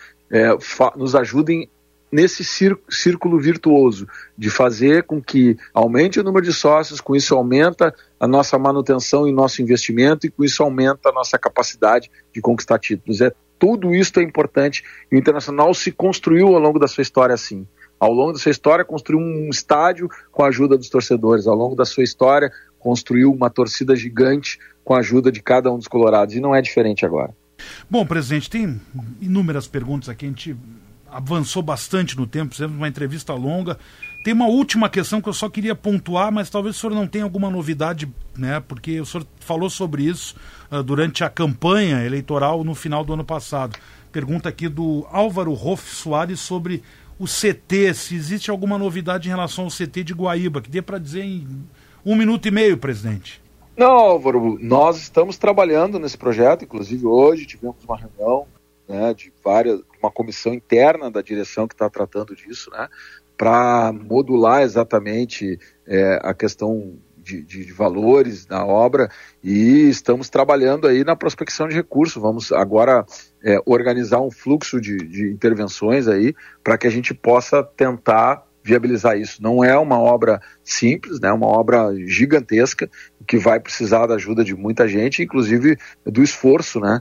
nos ajudem nesse círculo virtuoso, de fazer com que aumente o número de sócios, com isso aumenta a nossa manutenção e nosso investimento, e com isso aumenta a nossa capacidade de conquistar títulos. Tudo isso é importante, e o Internacional se construiu ao longo da sua história assim. Ao longo da sua história construiu um estádio com a ajuda dos torcedores, ao longo da sua história construiu uma torcida gigante com a ajuda de cada um dos colorados, e não é diferente agora. Bom, presidente, tem inúmeras perguntas aqui, a gente avançou bastante no tempo, fizemos uma entrevista longa. Tem uma última questão que eu só queria pontuar, mas talvez o senhor não tenha alguma novidade, né? Porque o senhor falou sobre isso durante a campanha eleitoral no final do ano passado. Pergunta aqui do Álvaro Roff Soares sobre o CT, se existe alguma novidade em relação ao CT de Guaíba, que dê para dizer em 1 minuto e meio, presidente. Não, Álvaro, nós estamos trabalhando nesse projeto, inclusive hoje tivemos uma reunião, né, uma comissão interna da direção que está tratando disso, né, para modular exatamente a questão de valores da obra, e estamos trabalhando aí na prospecção de recursos. Vamos agora organizar um fluxo de intervenções aí para que a gente possa tentar viabilizar isso. Não é uma obra simples, né? Uma obra gigantesca que vai precisar da ajuda de muita gente, inclusive do esforço, né?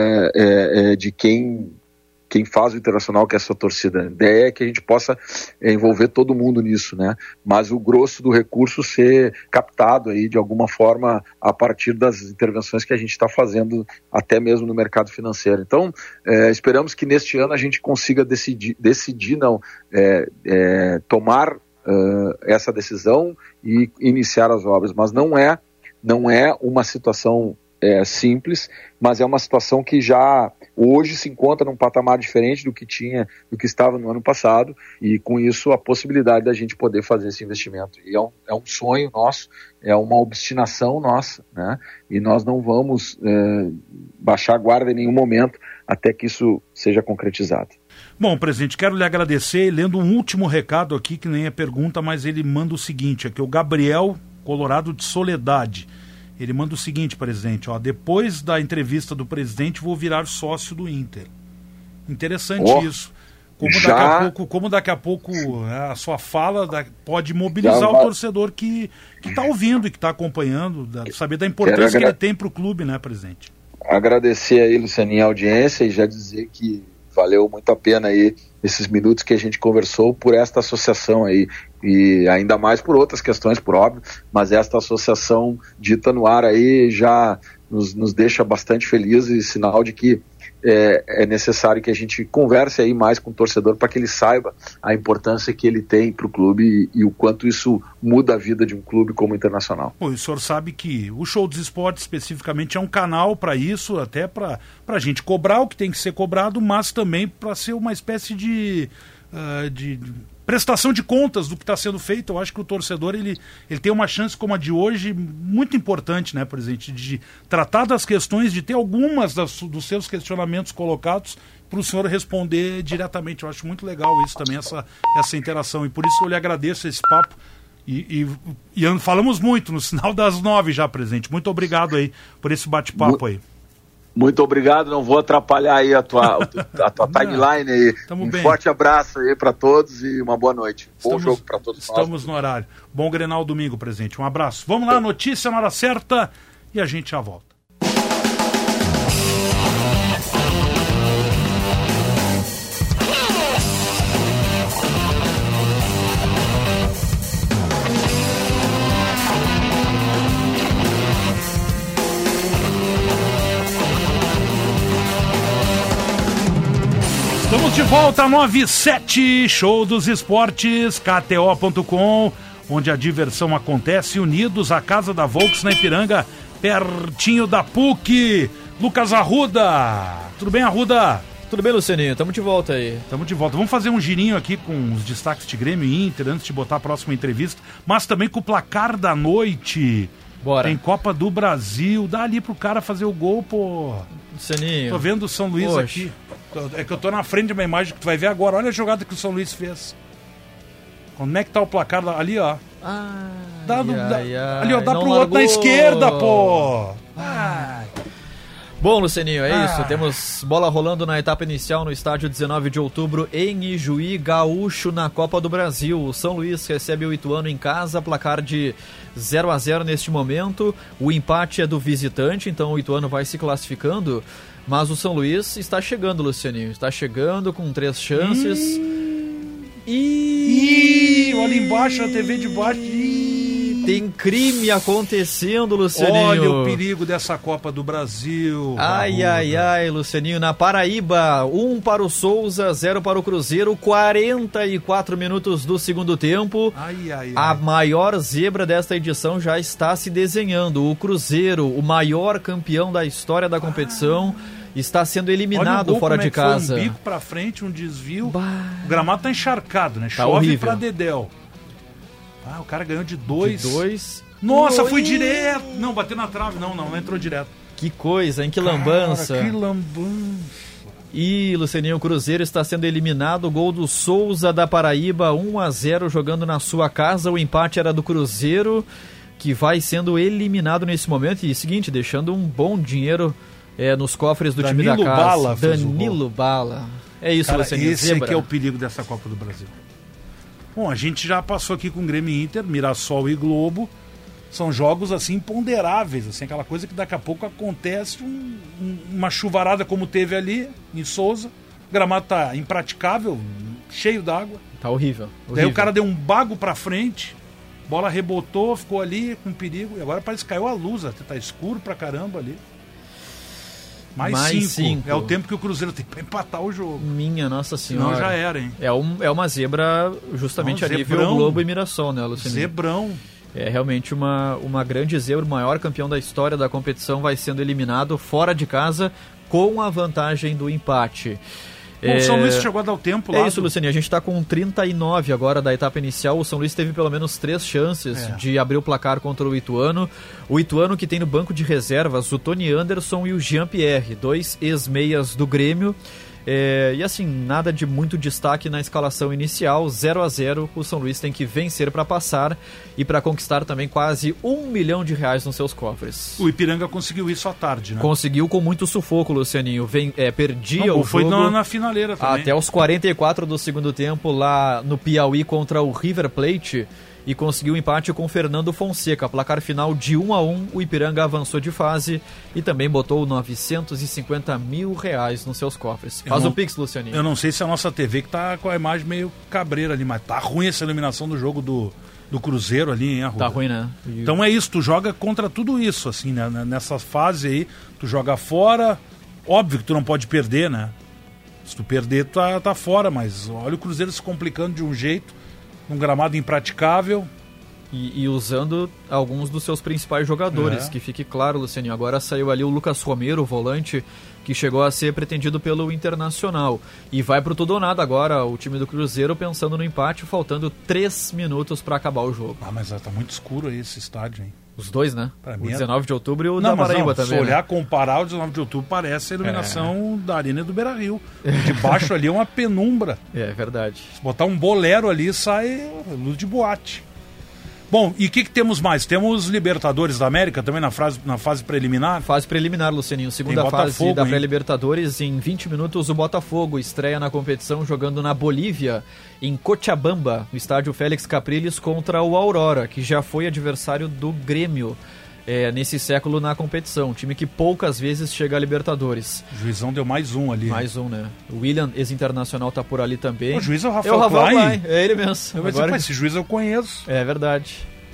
De quem faz o Internacional, que é essa torcida. A ideia é que a gente possa envolver todo mundo nisso, né? Mas o grosso do recurso ser captado aí de alguma forma a partir das intervenções que a gente está fazendo até mesmo no mercado financeiro. Então, esperamos que neste ano a gente consiga tomar essa decisão e iniciar as obras. Mas não é uma situação simples, mas é uma situação que já hoje se encontra num patamar diferente do que estava no ano passado, e com isso a possibilidade da gente poder fazer esse investimento. E é um sonho nosso, é uma obstinação nossa, né? E nós não vamos baixar a guarda em nenhum momento até que isso seja concretizado. Bom, presidente, quero lhe agradecer, lendo um último recado aqui, que nem é pergunta, mas ele manda o seguinte, aqui, o Gabriel Colorado de Soledade. Ele manda o seguinte, presidente, depois da entrevista do presidente, vou virar sócio do Inter. Interessante isso. Como daqui a pouco a sua fala pode mobilizar o torcedor que está ouvindo e que está acompanhando, saber da importância que ele tem para o clube, né, presidente? Agradecer aí, Lucianinho, a audiência e já dizer que valeu muito a pena aí esses minutos que a gente conversou por esta associação aí, e ainda mais por outras questões, por óbvio, mas esta associação dita no ar aí já nos deixa bastante felizes, e sinal de que é necessário que a gente converse aí mais com o torcedor para que ele saiba a importância que ele tem para o clube e o quanto isso muda a vida de um clube como o Internacional. O senhor sabe que o Show dos Esportes especificamente é um canal para isso, até para a gente cobrar o que tem que ser cobrado, mas também para ser uma espécie de prestação de contas do que está sendo feito. Eu acho que o torcedor ele tem uma chance como a de hoje muito importante, né, presidente, de tratar das questões, de ter algumas dos seus questionamentos colocados para o senhor responder diretamente. Eu acho muito legal isso também, essa interação, e por isso eu lhe agradeço esse papo. E falamos muito no sinal das 9 já, presidente. Muito obrigado aí por esse bate-papo aí. Muito obrigado, não vou atrapalhar aí a tua timeline aí. Forte abraço aí para todos e uma boa noite. Bom jogo para todos nós. Estamos no horário. Bom Grenal domingo, presidente. Um abraço. Vamos lá, notícia na hora certa e a gente já volta. Estamos de volta, 9-7, Show dos Esportes, KTO.com, onde a diversão acontece, unidos à Casa da Volks na Ipiranga, pertinho da PUC. Lucas Arruda, tudo bem, Arruda? Tudo bem, Lucianinho, estamos de volta aí. Estamos de volta, vamos fazer um girinho aqui com os destaques de Grêmio e Inter, antes de botar a próxima entrevista, mas também com o placar da noite. Bora. Tem Copa do Brasil, dá ali pro cara fazer o gol, pô. Lucianinho. Tô vendo o São Luís aqui. É que eu tô na frente de uma imagem que tu vai ver agora. Olha a jogada que o São Luís fez. Como é que tá o placar ali, ó. Ali, ó, dá pro outro na esquerda, pô. Bom, Lucianinho, é isso. Temos bola rolando na etapa inicial no estádio 19 de outubro em Ijuí, Gaúcho, na Copa do Brasil. O São Luís recebe o Ituano em casa, placar de 0-0 neste momento. O empate é do visitante, então o Ituano vai se classificando. Mas o São Luís está chegando, Lucianinho. Está chegando com 3 chances. Olha embaixo, na TV de baixo. Tem crime acontecendo, Lucianinho. Olha o perigo dessa Copa do Brasil. Ai, Lucianinho. Na Paraíba, 1 para o Souza, 0 para o Cruzeiro, 44 minutos do segundo tempo. A maior zebra desta edição já está se desenhando. O Cruzeiro, o maior campeão da história da competição, está sendo eliminado fora de casa. Foi um bico pra frente, um desvio. O gramado tá encharcado, né? Tá Chove horrível. Pra dedéu. O cara ganhou de 2. De 2. Nossa, foi direto. Não, bateu na trave. Não entrou direto. Que coisa, hein? Que lambança. Cara, que lambança. E, Lucianinho, o Cruzeiro está sendo eliminado. O gol do Souza da Paraíba, 1-0, jogando na sua casa. O empate era do Cruzeiro, que vai sendo eliminado nesse momento. E, seguinte, deixando um bom dinheiro nos cofres do time da casa. Danilo Bala. É isso, cara, Lucianinho. Esse aqui é o perigo dessa Copa do Brasil. Bom, a gente já passou aqui com Grêmio e Inter, Mirassol e Globo. São jogos assim imponderáveis, assim, aquela coisa que daqui a pouco acontece uma chuvarada como teve ali em Souza. O gramado tá impraticável, cheio d'água. Tá horrível. Daí o cara deu um bago pra frente, bola rebotou, ficou ali com perigo. E agora parece que caiu a luz, até tá escuro pra caramba ali. Mais 5. É o tempo que o Cruzeiro tem pra empatar o jogo. Minha Nossa Senhora. Senão já era, hein? É uma zebra justamente a nível Globo e Mirassol, né, Luciano? Zebrão. É realmente uma grande zebra. O maior campeão da história da competição vai sendo eliminado fora de casa com a vantagem do empate. Bom, o São Luís chegou a dar o tempo lá. É isso, Luciano. A gente está com 39 agora da etapa inicial. O São Luís teve pelo menos 3 chances de abrir o placar contra o Ituano. O Ituano que tem no banco de reservas o Tony Anderson e o Jean-Pierre, 2 ex-meias do Grêmio. E assim, nada de muito destaque na escalação inicial, 0-0, o São Luís tem que vencer para passar e para conquistar também quase R$1 milhão nos seus cofres. O Ipiranga conseguiu isso à tarde, né? Conseguiu com muito sufoco, Lucianinho. Perdia o foi jogo na finaleira também. até os 44 do segundo tempo lá no Piauí contra o River Plate e conseguiu o empate com o Fernando Fonseca. Placar final de 1-1, o Ipiranga avançou de fase e também botou R$950 mil nos seus cofres. Faz o Pix, Lucianinho. Eu não sei se a nossa TV que tá com a imagem meio cabreira ali, mas tá ruim essa eliminação do jogo do Cruzeiro ali, hein, Arruda? Tá ruim, né? Então é isso, tu joga contra tudo isso, assim, né? Nessa fase aí, tu joga fora, óbvio que tu não pode perder, né? Se tu perder, tu tá fora, mas olha o Cruzeiro se complicando de um jeito, num gramado impraticável. E usando alguns dos seus principais jogadores, que fique claro, Lucianinho. Agora saiu ali o Lucas Romero, o volante, que chegou a ser pretendido pelo Internacional. E vai pro tudo ou nada agora o time do Cruzeiro pensando no empate, faltando 3 minutos para acabar o jogo. Mas tá muito escuro aí esse estádio, hein? Os dois, né? Pra o mim 19 de outubro e o da Paraíba também. Se olhar, comparar o 19 de outubro, parece a iluminação da Arena do Beira-Rio. De baixo ali é uma penumbra. É verdade. Se botar um bolero ali, sai luz de boate. Bom, e o que temos mais? Temos Libertadores da América também na fase preliminar? Fase preliminar, Lucianinho. Segunda fase da pré-Libertadores. Em 20 minutos, o Botafogo estreia na competição jogando na Bolívia, em Cochabamba, no estádio Félix Capriles, contra o Aurora, que já foi adversário do Grêmio nesse século na competição. Um time que poucas vezes chega a Libertadores. O juizão deu mais um ali. Mais um, né? O William, ex-internacional, tá por ali também. O juiz é o Rafael Klein? É ele mesmo. Eu vou dizer, esse juiz eu conheço. É verdade.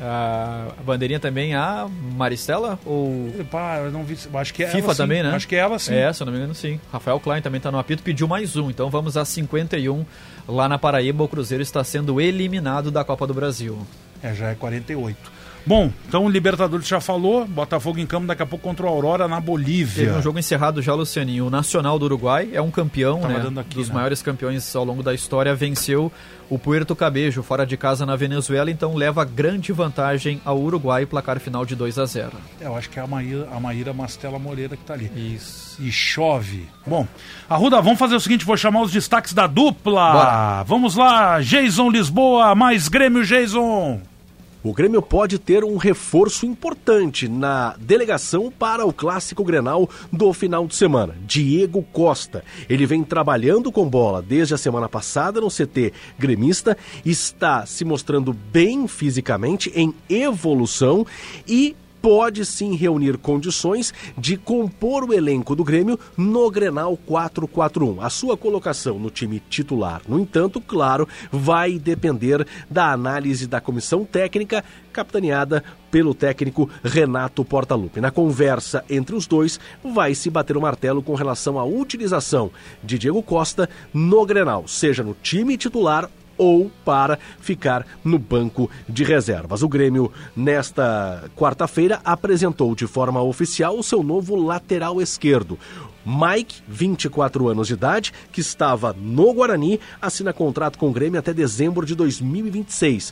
A bandeirinha também, a Maristela? Ou... Eu não vi, acho que é FIFA ela, também, né? Acho que é ela, sim. Se eu não me engano, sim. Rafael Klein também tá no apito, pediu mais um. Então vamos a 51. Lá na Paraíba, o Cruzeiro está sendo eliminado da Copa do Brasil. Já é 48. Bom, então o Libertadores já falou, Botafogo em campo daqui a pouco contra o Aurora na Bolívia. Teve um jogo encerrado já, Lucianinho. O Nacional do Uruguai é um campeão, dos maiores campeões ao longo da história, venceu o Puerto Cabello fora de casa na Venezuela, então leva grande vantagem ao Uruguai, placar final de 2-0. Eu acho que é a Maíra Mastella Moreira que tá ali. Isso. E chove. Bom, Arruda, vamos fazer o seguinte, vou chamar os destaques da dupla. Bora. Vamos lá, Jason Lisboa, mais Grêmio, Jason. O Grêmio pode ter um reforço importante na delegação para o Clássico Grenal do final de semana. Diego Costa. Ele vem trabalhando com bola desde a semana passada no CT gremista, está se mostrando bem fisicamente, em evolução e pode sim reunir condições de compor o elenco do Grêmio no Grenal 4-4-1. A sua colocação no time titular, no entanto, claro, vai depender da análise da comissão técnica, capitaneada pelo técnico Renato Portaluppi. Na conversa entre os dois, vai se bater o martelo com relação à utilização de Diego Costa no Grenal, seja no time titular ou para ficar no banco de reservas. O Grêmio, nesta quarta-feira, apresentou de forma oficial o seu novo lateral esquerdo. Mike, 24 anos de idade, que estava no Guarani, assina contrato com o Grêmio até dezembro de 2026.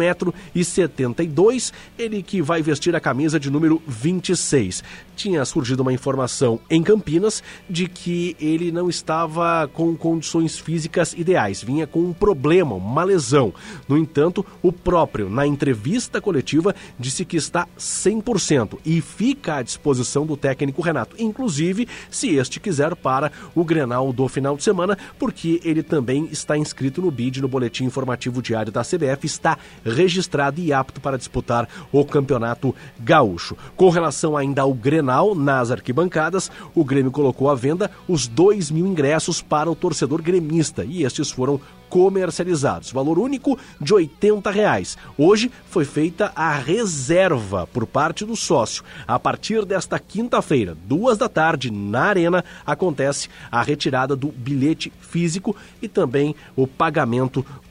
1,72 m, ele que vai vestir a camisa de número 26. Tinha surgido uma informação em Campinas de que ele não estava com condições físicas ideais, vinha com um problema, uma lesão. No entanto, o próprio, na entrevista coletiva, disse que está 100% e fica à disposição do técnico Renato, inclusive se este quiser para o Grenal do final de semana, porque ele também está inscrito no BID, no Boletim Informativo Diário da CBF, está registrado e apto para disputar o Campeonato Gaúcho. Com relação ainda ao Grenal, nas arquibancadas, o Grêmio colocou à venda os 2.000 ingressos para o torcedor gremista e estes foram comercializados, valor único de R$ 80. Hoje foi feita a reserva por parte do sócio. A partir desta quinta-feira, 14h, na Arena, acontece a retirada do bilhete físico e também o pagamento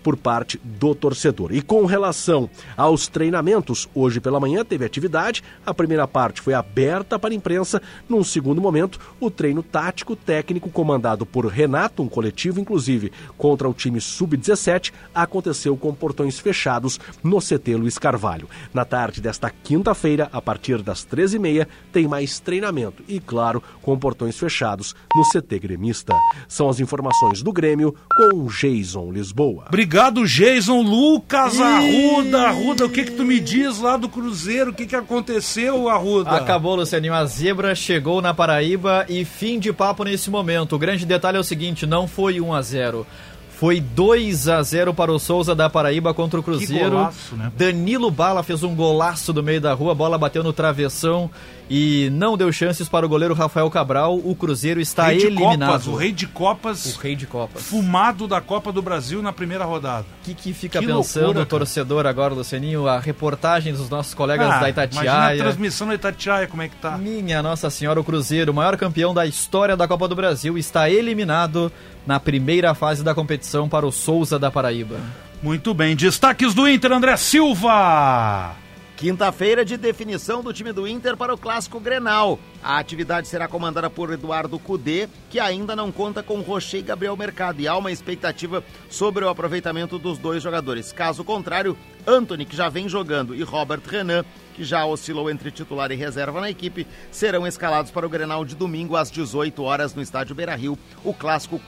por parte do torcedor. E com relação aos treinamentos, hoje pela manhã teve atividade, a primeira parte foi aberta para a imprensa, num segundo momento, o treino tático técnico comandado por Renato, um coletivo inclusive contra o time Sub-17, aconteceu com portões fechados no CT Luiz Carvalho. Na tarde desta quinta-feira, a partir das 13h30, tem mais treinamento e, claro, com portões fechados no CT Gremista. São as informações do Grêmio com Jason Lisboa. Obrigado, Jason. Lucas Arruda, o que tu me diz lá do Cruzeiro? O que aconteceu, Arruda? Acabou, Lucianinho. A zebra chegou na Paraíba e fim de papo nesse momento. O grande detalhe é o seguinte, não foi 1-0. Foi 2-0 para o Souza da Paraíba contra o Cruzeiro. Que golaço, né? Danilo Bala fez um golaço do meio da rua, a bola bateu no travessão e não deu chances para o goleiro Rafael Cabral. O Cruzeiro está eliminado. O rei de Copas. Fumado da Copa do Brasil na primeira rodada. O que fica pensando loucura, o torcedor agora, Lucianinho? A reportagem dos nossos colegas da Itatiaia. Imagina a transmissão da Itatiaia, como é que tá? Minha Nossa Senhora, o Cruzeiro, o maior campeão da história da Copa do Brasil, está eliminado na primeira fase da competição para o Souza da Paraíba. Muito bem, destaques do Inter, André Silva. Quinta-feira de definição do time do Inter para o Clássico Grenal. A atividade será comandada por Eduardo Cudê, que ainda não conta com Rocher e Gabriel Mercado, e há uma expectativa sobre o aproveitamento dos dois jogadores. Caso contrário, Antony, que já vem jogando, e Robert Renan, que já oscilou entre titular e reserva na equipe, serão escalados para o Grenal de domingo às 18 horas no estádio Beira-Rio, o Clássico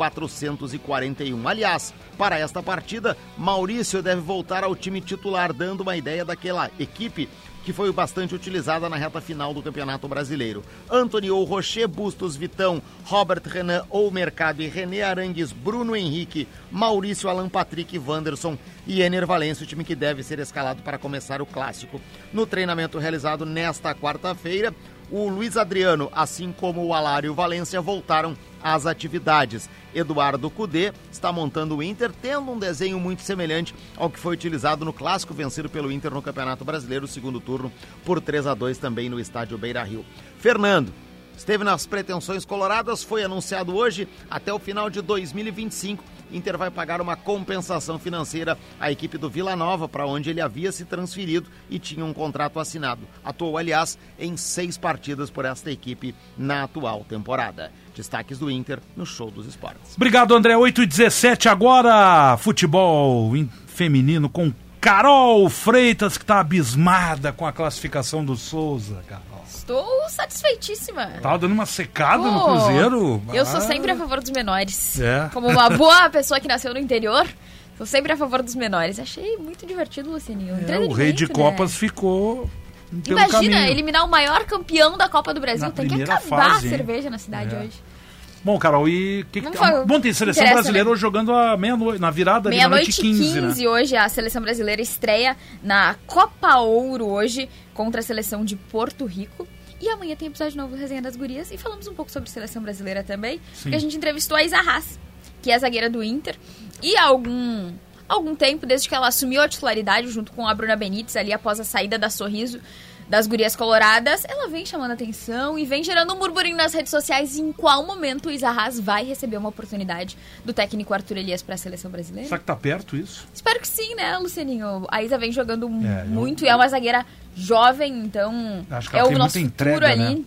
441. Aliás, para esta partida, Maurício deve voltar ao time titular, dando uma ideia daquela equipe que foi bastante utilizada na reta final do Campeonato Brasileiro. Antony ou Rocher, Bustos, Vitão, Robert Renan ou Mercado e René Arangues, Bruno Henrique, Maurício, Alan Patrick, Wanderson e Ener Valencia, o time que deve ser escalado para começar o Clássico. No treinamento realizado nesta quarta-feira, o Luiz Adriano, assim como o Alário Valência, voltaram às atividades. Eduardo Cudê está montando o Inter, tendo um desenho muito semelhante ao que foi utilizado no clássico vencido pelo Inter no Campeonato Brasileiro, segundo turno, por 3-2 também no estádio Beira-Rio. Fernando esteve nas pretensões coloradas, foi anunciado hoje, até o final de 2025, Inter vai pagar uma compensação financeira à equipe do Vila Nova, para onde ele havia se transferido e tinha um contrato assinado. Atuou, aliás, em 6 partidas por esta equipe na atual temporada. Destaques do Inter no Show dos Esportes. Obrigado, André. 8h17 agora. Futebol feminino com Carol Freitas, que está abismada com a classificação do Souza, Carol. Estou satisfeitíssima. Tava dando uma secada no Cruzeiro. Eu sou sempre a favor dos menores. Como uma boa pessoa que nasceu no interior, sou sempre a favor dos menores. Achei muito divertido, Lucianinho. O rei de Copas ficou... Imagina, eliminar o maior campeão da Copa do Brasil. Tem que acabar a cerveja na cidade hoje. Bom, Carol, e bom, tem seleção brasileira hoje jogando à meia-noite, na virada ali, meia-noite 15, né? Hoje a seleção brasileira estreia na Copa Ouro hoje contra a seleção de Porto Rico. E amanhã tem episódio novo do Resenha das Gurias. E falamos um pouco sobre seleção brasileira também. Porque a gente entrevistou a Isa Haas, que é a zagueira do Inter. E há algum tempo, desde que ela assumiu a titularidade junto com a Bruna Benítez ali após a saída da Sorriso das Gurias Coloradas, ela vem chamando atenção e vem gerando um burburinho nas redes sociais. Em qual momento o Isa Haas vai receber uma oportunidade do técnico Arthur Elias para a seleção brasileira? Será que tá perto isso? Espero que sim, né, Lucianinho? A Isa vem jogando muito e é uma zagueira jovem, então acho que ela tem o nosso futuro ali.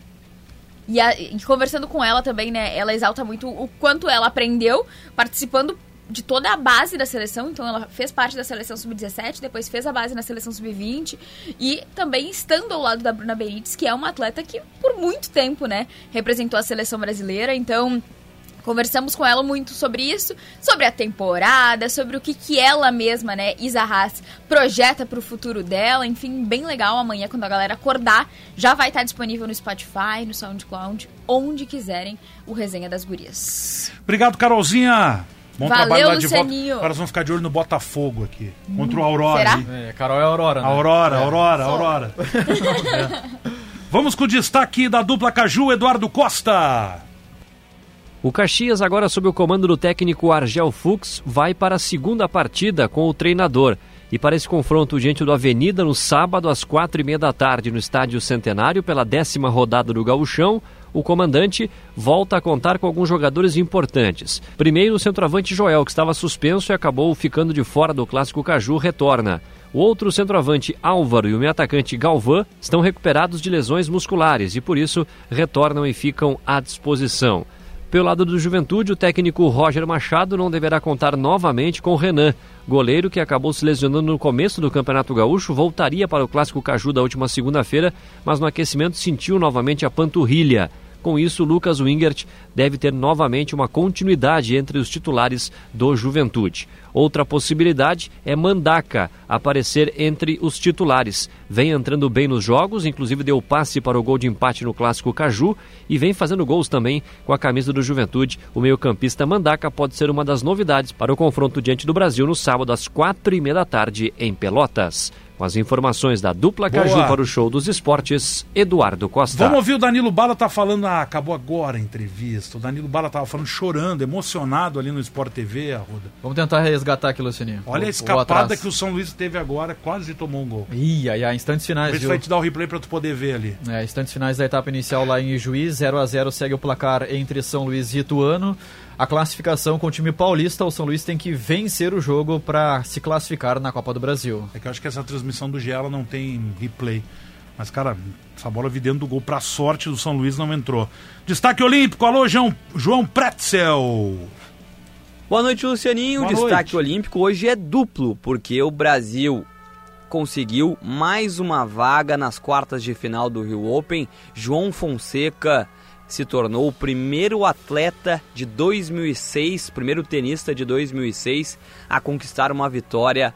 Né? E conversando com ela também, né, ela exalta muito o quanto ela aprendeu participando de toda a base da seleção. Então ela fez parte da seleção sub-17, depois fez a base na seleção sub-20 e também estando ao lado da Bruna Benítez, que é uma atleta que por muito tempo, né, representou a seleção brasileira. Então conversamos com ela muito sobre isso, sobre a temporada, sobre o que ela mesma, né, Isa Haas, projeta para o futuro dela. Enfim, bem legal. Amanhã, quando a galera acordar, já vai estar disponível no Spotify, no SoundCloud, onde quiserem, o Resenha das Gurias. Obrigado, Carolzinha. Bom Valeu, trabalho lá Lucianinho. de volta. Agora nós vamos ficar de olho no Botafogo aqui. Contra o Aurora. Será? Carol é a Aurora, né? Aurora. Vamos com o destaque da dupla Caju, Eduardo Costa. O Caxias, agora sob o comando do técnico Argel Fuchs, vai para a segunda partida com o treinador. E para esse confronto diante do Avenida, no sábado, às 4h30 da tarde, no Estádio Centenário, pela 10ª rodada do Gauchão, o comandante volta a contar com alguns jogadores importantes. Primeiro, o centroavante Joel, que estava suspenso e acabou ficando de fora do Clássico Caju, retorna. O outro centroavante Álvaro e o meio atacante Galvão estão recuperados de lesões musculares e por isso retornam e ficam à disposição. Pelo lado do Juventude, o técnico Roger Machado não deverá contar novamente com o Renan. Goleiro que acabou se lesionando no começo do Campeonato Gaúcho, voltaria para o Clássico Caju da última segunda-feira, mas no aquecimento sentiu novamente a panturrilha. Com isso, Lucas Wingert deve ter novamente uma continuidade entre os titulares do Juventude. Outra possibilidade é Mandaca aparecer entre os titulares. Vem entrando bem nos jogos, inclusive deu passe para o gol de empate no Clássico Caju e vem fazendo gols também com a camisa do Juventude. O meio-campista Mandaca pode ser uma das novidades para o confronto diante do Brasil no sábado às 4h30 da tarde em Pelotas. Com as informações da dupla Caju para o Show dos Esportes, Eduardo Costa. Vamos ouvir o Danilo Bala, tá falando, acabou agora a entrevista. O Danilo Bala tava falando, chorando, emocionado ali no Sport TV, Arruda. Vamos tentar resgatar aqui, Lucianinho. Olha a escapada que o São Luís teve agora, quase tomou um gol. Instantes finais. Vai te dar o replay pra tu poder ver ali. Instantes finais da etapa inicial lá em Juiz, 0-0 segue o placar entre São Luís e Ituano. A classificação com o time paulista, o São Luís tem que vencer o jogo para se classificar na Copa do Brasil. É que eu acho que essa transmissão do GE não tem replay. Mas, cara, essa bola vi dentro do gol, pra sorte do São Luís, não entrou. Destaque olímpico, alô, João Pretzel. Boa noite, Lucianinho. Boa Destaque noite. olímpico hoje é duplo, porque o Brasil conseguiu mais uma vaga nas quartas de final do Rio Open. João Fonseca se tornou o primeiro atleta de 2006, primeiro tenista de 2006 a conquistar uma vitória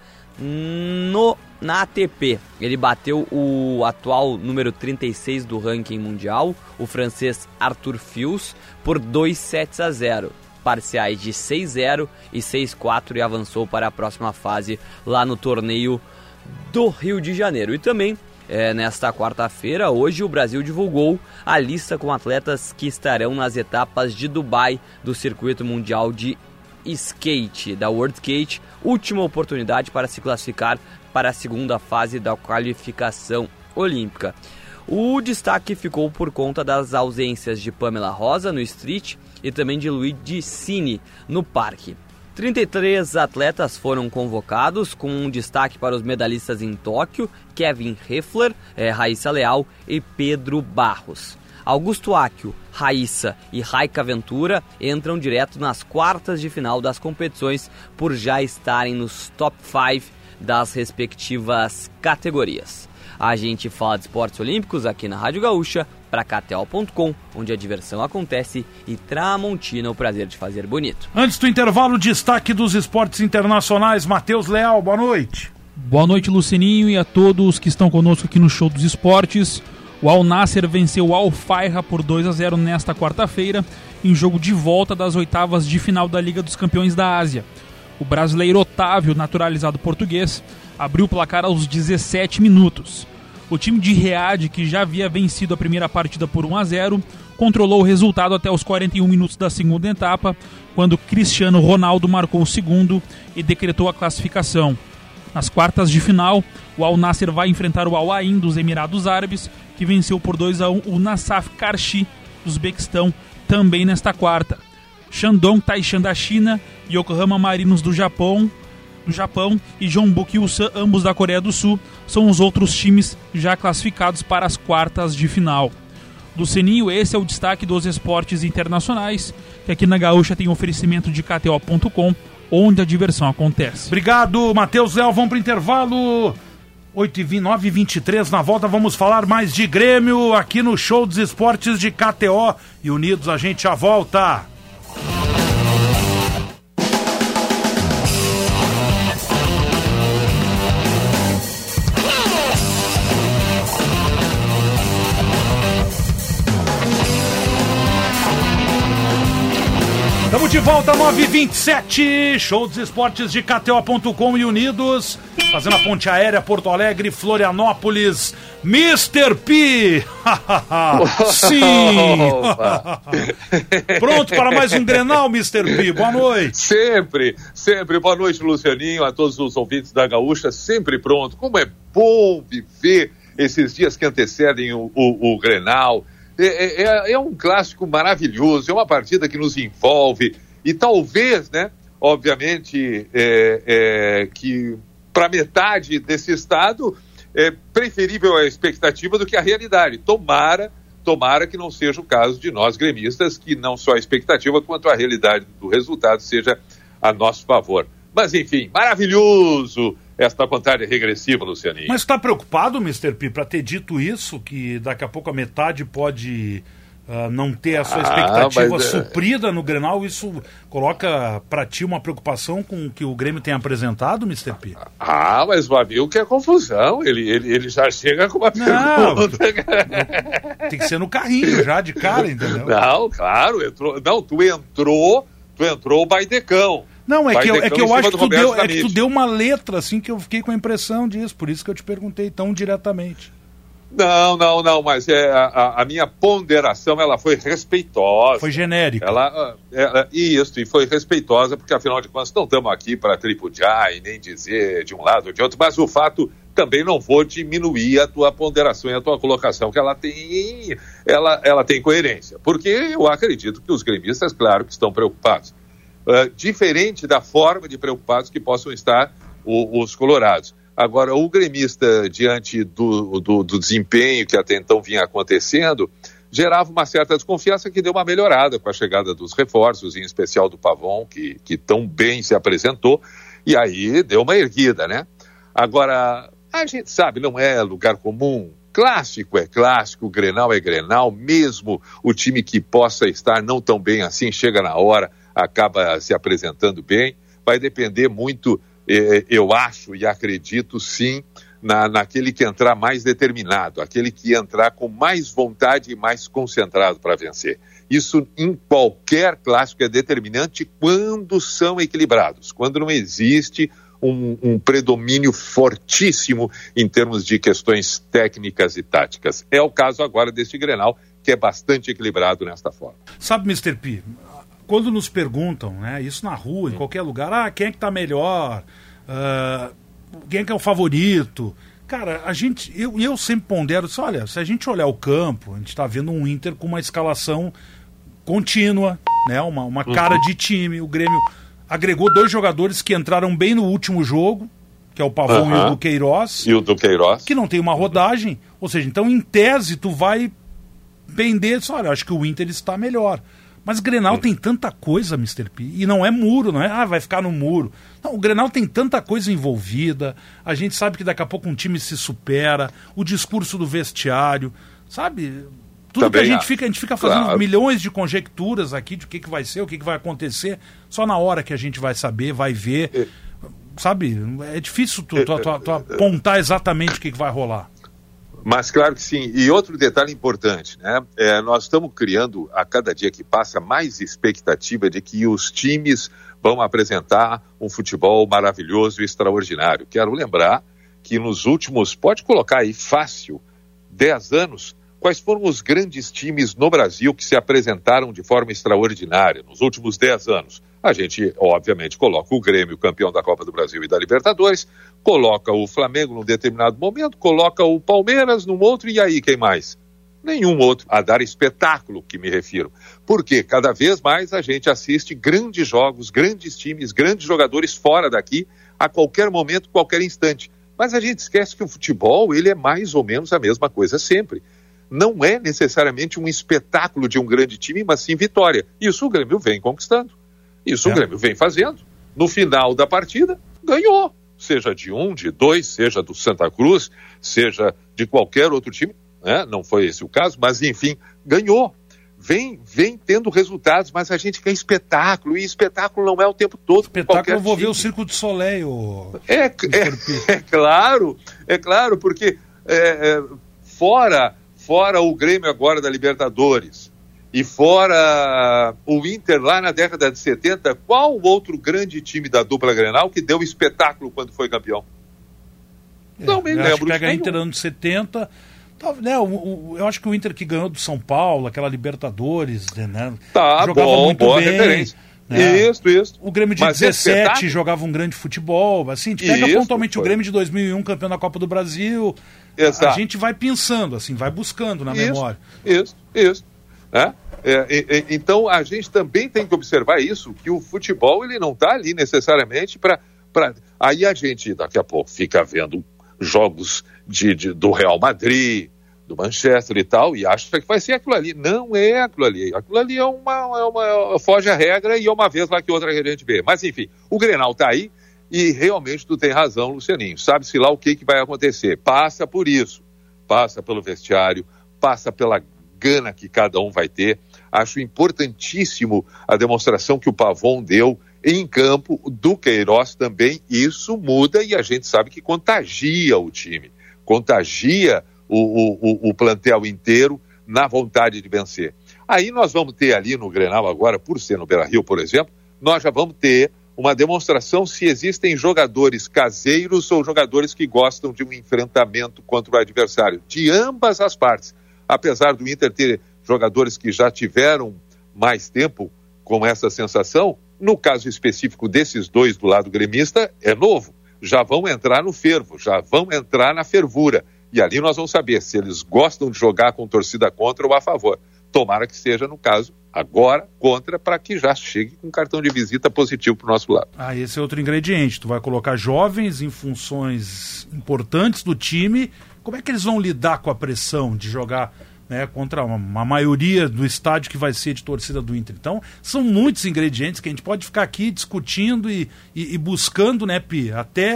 na ATP. Ele bateu o atual número 36 do ranking mundial, o francês Arthur Fils, por 2-0, parciais de 6-0 e 6-4, e avançou para a próxima fase lá no torneio do Rio de Janeiro. E também nesta quarta-feira, hoje, o Brasil divulgou a lista com atletas que estarão nas etapas de Dubai do Circuito Mundial de Skate, da World Skate, última oportunidade para se classificar para a segunda fase da qualificação olímpica. O destaque ficou por conta das ausências de Pamela Rosa no street e também de Luigi Cini no parque. 33 atletas foram convocados, com um destaque para os medalhistas em Tóquio, Kevin Heffler, Raíssa Leal e Pedro Barros. Augusto Áquio, Raíssa e Raika Ventura entram direto nas quartas de final das competições por já estarem nos top 5 das respectivas categorias. A gente fala de esportes olímpicos aqui na Rádio Gaúcha, para KTO.com, onde a diversão acontece, e Tramontina, o prazer de fazer bonito. Antes do intervalo, destaque dos esportes internacionais. Matheus Leal, boa noite. Boa noite, Lucianinho, e a todos que estão conosco aqui no Show dos Esportes. O Al Nassr venceu o Al Faiha por 2-0 nesta quarta-feira, em jogo de volta das oitavas de final da Liga dos Campeões da Ásia. O brasileiro Otávio, naturalizado português, abriu o placar aos 17 minutos. O time de Riad, que já havia vencido a primeira partida por 1-0, controlou o resultado até os 41 minutos da segunda etapa, quando Cristiano Ronaldo marcou o segundo e decretou a classificação. Nas quartas de final, o Al Nassr vai enfrentar o Al Ain dos Emirados Árabes, que venceu por 2-1 o Nassaf Karshi do Uzbequistão, também nesta quarta. Shandong Taishan da China, Yokohama Marinos do Japão e Jeonbuk Ulsan, ambos da Coreia do Sul, são os outros times já classificados para as quartas de final. Lucianinho, esse é o destaque dos esportes internacionais, que aqui na Gaúcha tem oferecimento de KTO.com, onde a diversão acontece. Obrigado, Matheus Léo. Vamos para o intervalo. 9h23, na volta vamos falar mais de Grêmio aqui no Show dos Esportes de KTO e Unidos. A gente já volta. Estamos de volta, 9h27, Show dos Esportes de KTO.com e Unidos, fazendo a ponte aérea Porto Alegre, Florianópolis, Mr. P! Sim! Pronto para mais um Grenal, Mr. P, boa noite. Sempre, boa noite, Lucianinho, a todos os ouvintes da Gaúcha, sempre pronto. Como é bom viver esses dias que antecedem o Grenal, é um clássico maravilhoso, é uma partida que nos envolve e talvez, né, obviamente, que para metade desse estado é preferível a expectativa do que a realidade. Tomara que não seja o caso de nós gremistas, que não só a expectativa quanto a realidade do resultado seja a nosso favor. Mas enfim, maravilhoso esta contagem regressiva, Lucianinho. Mas está preocupado, Mr. P, para ter dito que daqui a pouco a metade pode não ter a sua expectativa suprida no Grenal? Isso coloca para ti uma preocupação com o que o Grêmio tem apresentado, Mr. P? Mas o amigo quer confusão, ele já chega com uma pergunta. Tem que ser no carrinho já, de cara, entendeu? Não, claro, tu entrou o baidecão. Não, é que eu acho que tu deu uma letra, assim, que eu fiquei com a impressão disso, por isso que eu te perguntei tão diretamente. Não, mas a minha ponderação, ela foi respeitosa. Foi genérica. Isso, e foi respeitosa, porque afinal de contas não estamos aqui para tripudiar e nem dizer de um lado ou de outro, mas o fato também não vou diminuir a tua ponderação e a tua colocação, que ela tem coerência, porque eu acredito que os gremistas, claro, que estão preocupados. Diferente da forma de preocupados que possam estar os colorados. Agora, o gremista, diante do desempenho que até então vinha acontecendo, gerava uma certa desconfiança que deu uma melhorada com a chegada dos reforços, em especial do Pavon, que tão bem se apresentou, e aí deu uma erguida, né? Agora, a gente sabe, não é lugar comum. Clássico é clássico, Grenal é Grenal, mesmo o time que possa estar não tão bem assim, chega na hora, acaba se apresentando bem. Vai depender muito, eu acho e acredito sim, naquele que entrar mais determinado, aquele que entrar com mais vontade e mais concentrado para vencer. Isso em qualquer clássico é determinante quando são equilibrados, quando não existe um predomínio fortíssimo em termos de questões técnicas e táticas. É o caso agora deste Grenal, que é bastante equilibrado nesta forma. Sabe, Mr. P, quando nos perguntam, né, isso na rua, em qualquer lugar, quem é que tá melhor, quem é que é o favorito? Cara, eu sempre pondero, olha, se a gente olhar o campo, a gente tá vendo um Inter com uma escalação contínua, né, uma cara de time. O Grêmio agregou 2 jogadores que entraram bem no último jogo, que é o Pavon e o Duqueiroz. E o Duqueiroz. Que não tem uma rodagem, ou seja, então em tese tu vai pender, olha, acho que o Inter está melhor. Mas o Grenal tem tanta coisa, Mr. P, e não é muro, não é, vai ficar no muro. Não, o Grenal tem tanta coisa envolvida, a gente sabe que daqui a pouco um time se supera, o discurso do vestiário, sabe? Tudo também que a gente fica fazendo milhões de conjecturas aqui de o que vai ser, o que vai acontecer, só na hora que a gente vai saber, vai ver, sabe? É difícil tu apontar exatamente o que vai rolar. Mas claro que sim. E outro detalhe importante, né? Nós estamos criando, a cada dia que passa, mais expectativa de que os times vão apresentar um futebol maravilhoso e extraordinário. Quero lembrar que nos últimos, pode colocar aí fácil, 10 anos, quais foram os grandes times no Brasil que se apresentaram de forma extraordinária nos últimos 10 anos? A gente, obviamente, coloca o Grêmio, campeão da Copa do Brasil e da Libertadores, coloca o Flamengo num determinado momento, coloca o Palmeiras num outro, e aí quem mais? Nenhum outro a dar espetáculo, que me refiro. Porque cada vez mais a gente assiste grandes jogos, grandes times, grandes jogadores fora daqui, a qualquer momento, qualquer instante. Mas a gente esquece que o futebol, ele é mais ou menos a mesma coisa sempre. Não é necessariamente um espetáculo de um grande time, mas sim vitória. Isso o Grêmio vem conquistando. Isso o Grêmio vem fazendo. No final da partida, ganhou. Seja de 1, de 2, seja do Santa Cruz, seja de qualquer outro time. Né? Não foi esse o caso, mas enfim, ganhou. Vem tendo resultados, mas a gente quer espetáculo, e espetáculo não é o tempo todo. Espetáculo eu vou ver o Circo de Soleil. É claro, porque fora o Grêmio agora da Libertadores e fora o Inter lá na década de 70, qual outro grande time da dupla Grenal que deu espetáculo quando foi campeão? Não me lembro. Pega Inter anos 70, eu acho que o Inter que ganhou do São Paulo, aquela Libertadores, né? Jogava muito boa bem. Referência. Né? Isso. O Grêmio de 17 jogava um grande futebol. Assim, a gente pega pontualmente o Grêmio de 2001, campeão da Copa do Brasil. Exato. A gente vai pensando, assim, vai buscando na memória. Isso. Né? Então a gente também tem que observar isso, que o futebol ele não está ali necessariamente para... Aí a gente daqui a pouco fica vendo jogos do Real Madrid, do Manchester e tal, e acha que vai ser aquilo ali. Não é aquilo ali. Aquilo ali foge a regra e é uma vez lá que outra que a gente vê. Mas enfim, o Grenal está aí e realmente tu tem razão, Lucianinho. Sabe-se lá o que vai acontecer. Passa por isso. Passa pelo vestiário, passa pela gana que cada um vai ter. Acho importantíssimo a demonstração que o Pavon deu em campo, do Queiroz também. Isso muda e a gente sabe que contagia o time, contagia o plantel inteiro na vontade de vencer. Aí nós vamos ter ali no Grenal agora, por ser no Beira-Rio, por exemplo, nós já vamos ter uma demonstração se existem jogadores caseiros ou jogadores que gostam de um enfrentamento contra o adversário, de ambas as partes. Apesar do Inter ter jogadores que já tiveram mais tempo com essa sensação, no caso específico desses dois do lado gremista, é novo. Já vão entrar no fervo, já vão entrar na fervura. E ali nós vamos saber se eles gostam de jogar com torcida contra ou a favor. Tomara que seja, no caso, agora contra, para que já chegue com cartão de visita positivo para o nosso lado. Esse é outro ingrediente. Tu vai colocar jovens em funções importantes do time. Como é que eles vão lidar com a pressão de jogar, né, contra uma maioria do estádio que vai ser de torcida do Inter? Então, são muitos ingredientes que a gente pode ficar aqui discutindo e buscando, né, Pi?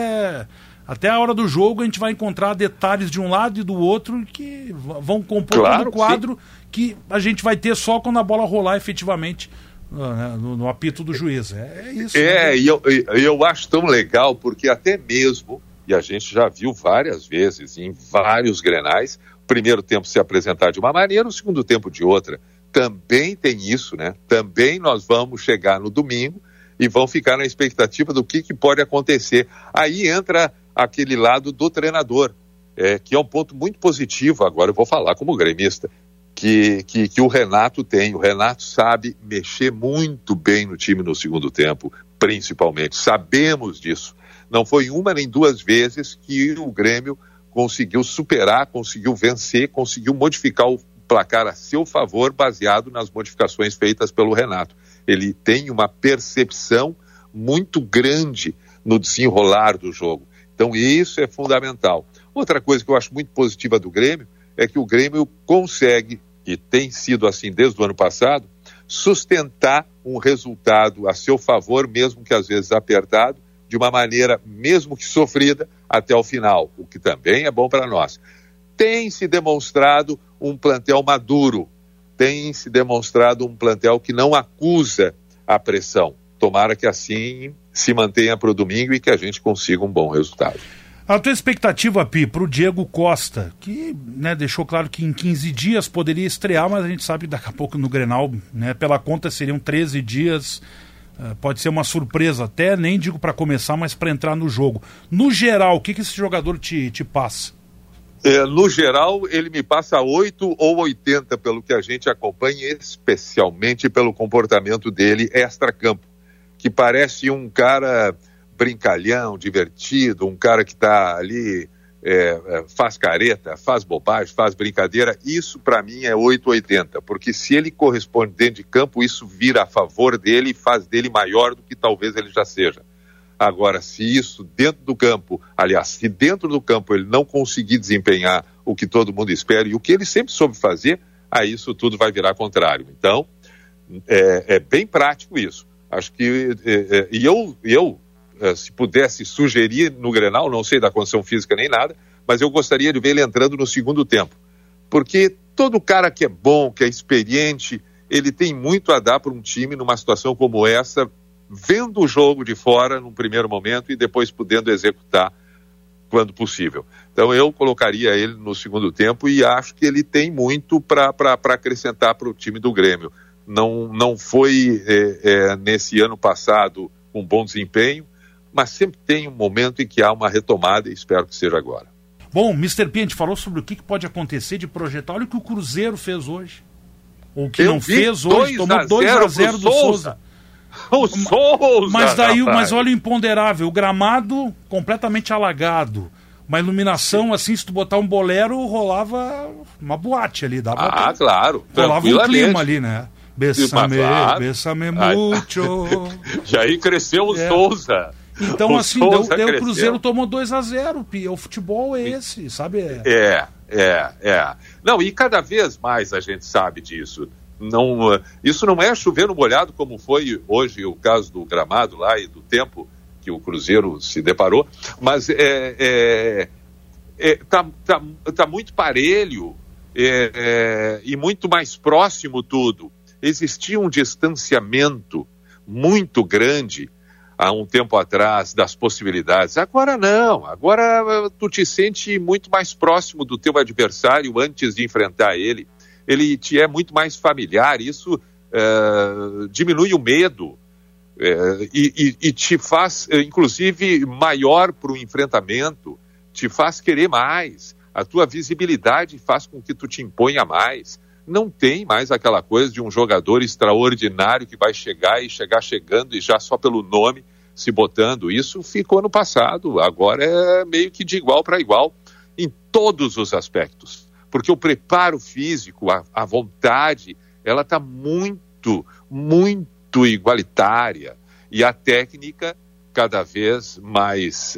Até a hora do jogo a gente vai encontrar detalhes de um lado e do outro que vão compor um quadro que a gente vai ter só quando a bola rolar efetivamente no apito do juiz. É isso. Né? E eu acho tão legal porque até mesmo, e a gente já viu várias vezes em vários grenais, o primeiro tempo se apresentar de uma maneira, o segundo tempo de outra. Também tem isso, né? Também nós vamos chegar no domingo e vão ficar na expectativa do que pode acontecer. Aí entra aquele lado do treinador, que é um ponto muito positivo. Agora eu vou falar como gremista, que o Renato tem. O Renato sabe mexer muito bem no time no segundo tempo, principalmente. Sabemos disso. Não foi uma nem duas vezes que o Grêmio conseguiu superar, conseguiu vencer, conseguiu modificar o placar a seu favor, baseado nas modificações feitas pelo Renato. Ele tem uma percepção muito grande no desenrolar do jogo. Então isso é fundamental. Outra coisa que eu acho muito positiva do Grêmio é que o Grêmio consegue, e tem sido assim desde o ano passado, sustentar um resultado a seu favor, mesmo que às vezes apertado, de uma maneira, mesmo que sofrida, até o final, o que também é bom para nós. Tem se demonstrado um plantel maduro, tem se demonstrado um plantel que não acusa a pressão. Tomara que assim se mantenha para o domingo e que a gente consiga um bom resultado. A tua expectativa, Pi, para o Diego Costa, que, né, deixou claro que em 15 dias poderia estrear, mas a gente sabe que daqui a pouco no Grenal, né, pela conta seriam 13 dias, pode ser uma surpresa até, nem digo para começar, mas para entrar no jogo. No geral, o que esse jogador te passa? No geral, ele me passa 8 ou 80, pelo que a gente acompanha, especialmente pelo comportamento dele extra-campo, que parece um cara brincalhão, divertido, um cara que está ali, faz careta, faz bobagem, faz brincadeira. Isso para mim é 880, porque se ele corresponde dentro de campo, isso vira a favor dele e faz dele maior do que talvez ele já seja. Agora, se isso dentro do campo, aliás, se dentro do campo ele não conseguir desempenhar o que todo mundo espera e o que ele sempre soube fazer, aí isso tudo vai virar contrário. Então, é bem prático isso. Acho que, eu se pudesse sugerir no Grenal, não sei da condição física nem nada, mas eu gostaria de ver ele entrando no segundo tempo. Porque todo cara que é bom, que é experiente, ele tem muito a dar para um time numa situação como essa, vendo o jogo de fora num primeiro momento e depois podendo executar quando possível. Então eu colocaria ele no segundo tempo e acho que ele tem muito para acrescentar para o time do Grêmio. Não foi nesse ano passado com bom desempenho, mas sempre tem um momento em que há uma retomada e espero que seja agora. Bom, Mr. P, a gente falou sobre o que pode acontecer de projetar. Olha o que o Cruzeiro fez hoje. Ou o que não fez hoje, tomou 2-0 do Souza. com o Souza. Mas olha o imponderável, o gramado completamente alagado. Uma iluminação, assim, se tu botar um bolero, rolava uma boate ali. Claro. Rolava um clima ali, né? Bésame, claro. Bésame mucho. E aí cresceu o Souza. Então, assim, o Cruzeiro tomou 2-0, o futebol é esse, sabe? Não, e cada vez mais a gente sabe disso. Não, isso não é chover no molhado, como foi hoje o caso do gramado lá e do tempo que o Cruzeiro se deparou, mas tá muito parelho e muito mais próximo tudo. Existia um distanciamento muito grande há um tempo atrás das possibilidades. Agora não, agora tu te sente muito mais próximo do teu adversário antes de enfrentar ele. Ele te é muito mais familiar, isso diminui o medo e te faz, inclusive, maior para o enfrentamento, te faz querer mais. A tua visibilidade faz com que tu te imponha mais. Não tem mais aquela coisa de um jogador extraordinário que vai chegar chegando e já só pelo nome se botando. Isso ficou no passado, agora é meio que de igual para igual em todos os aspectos. Porque o preparo físico, a vontade, ela está muito, muito igualitária. E a técnica cada vez mais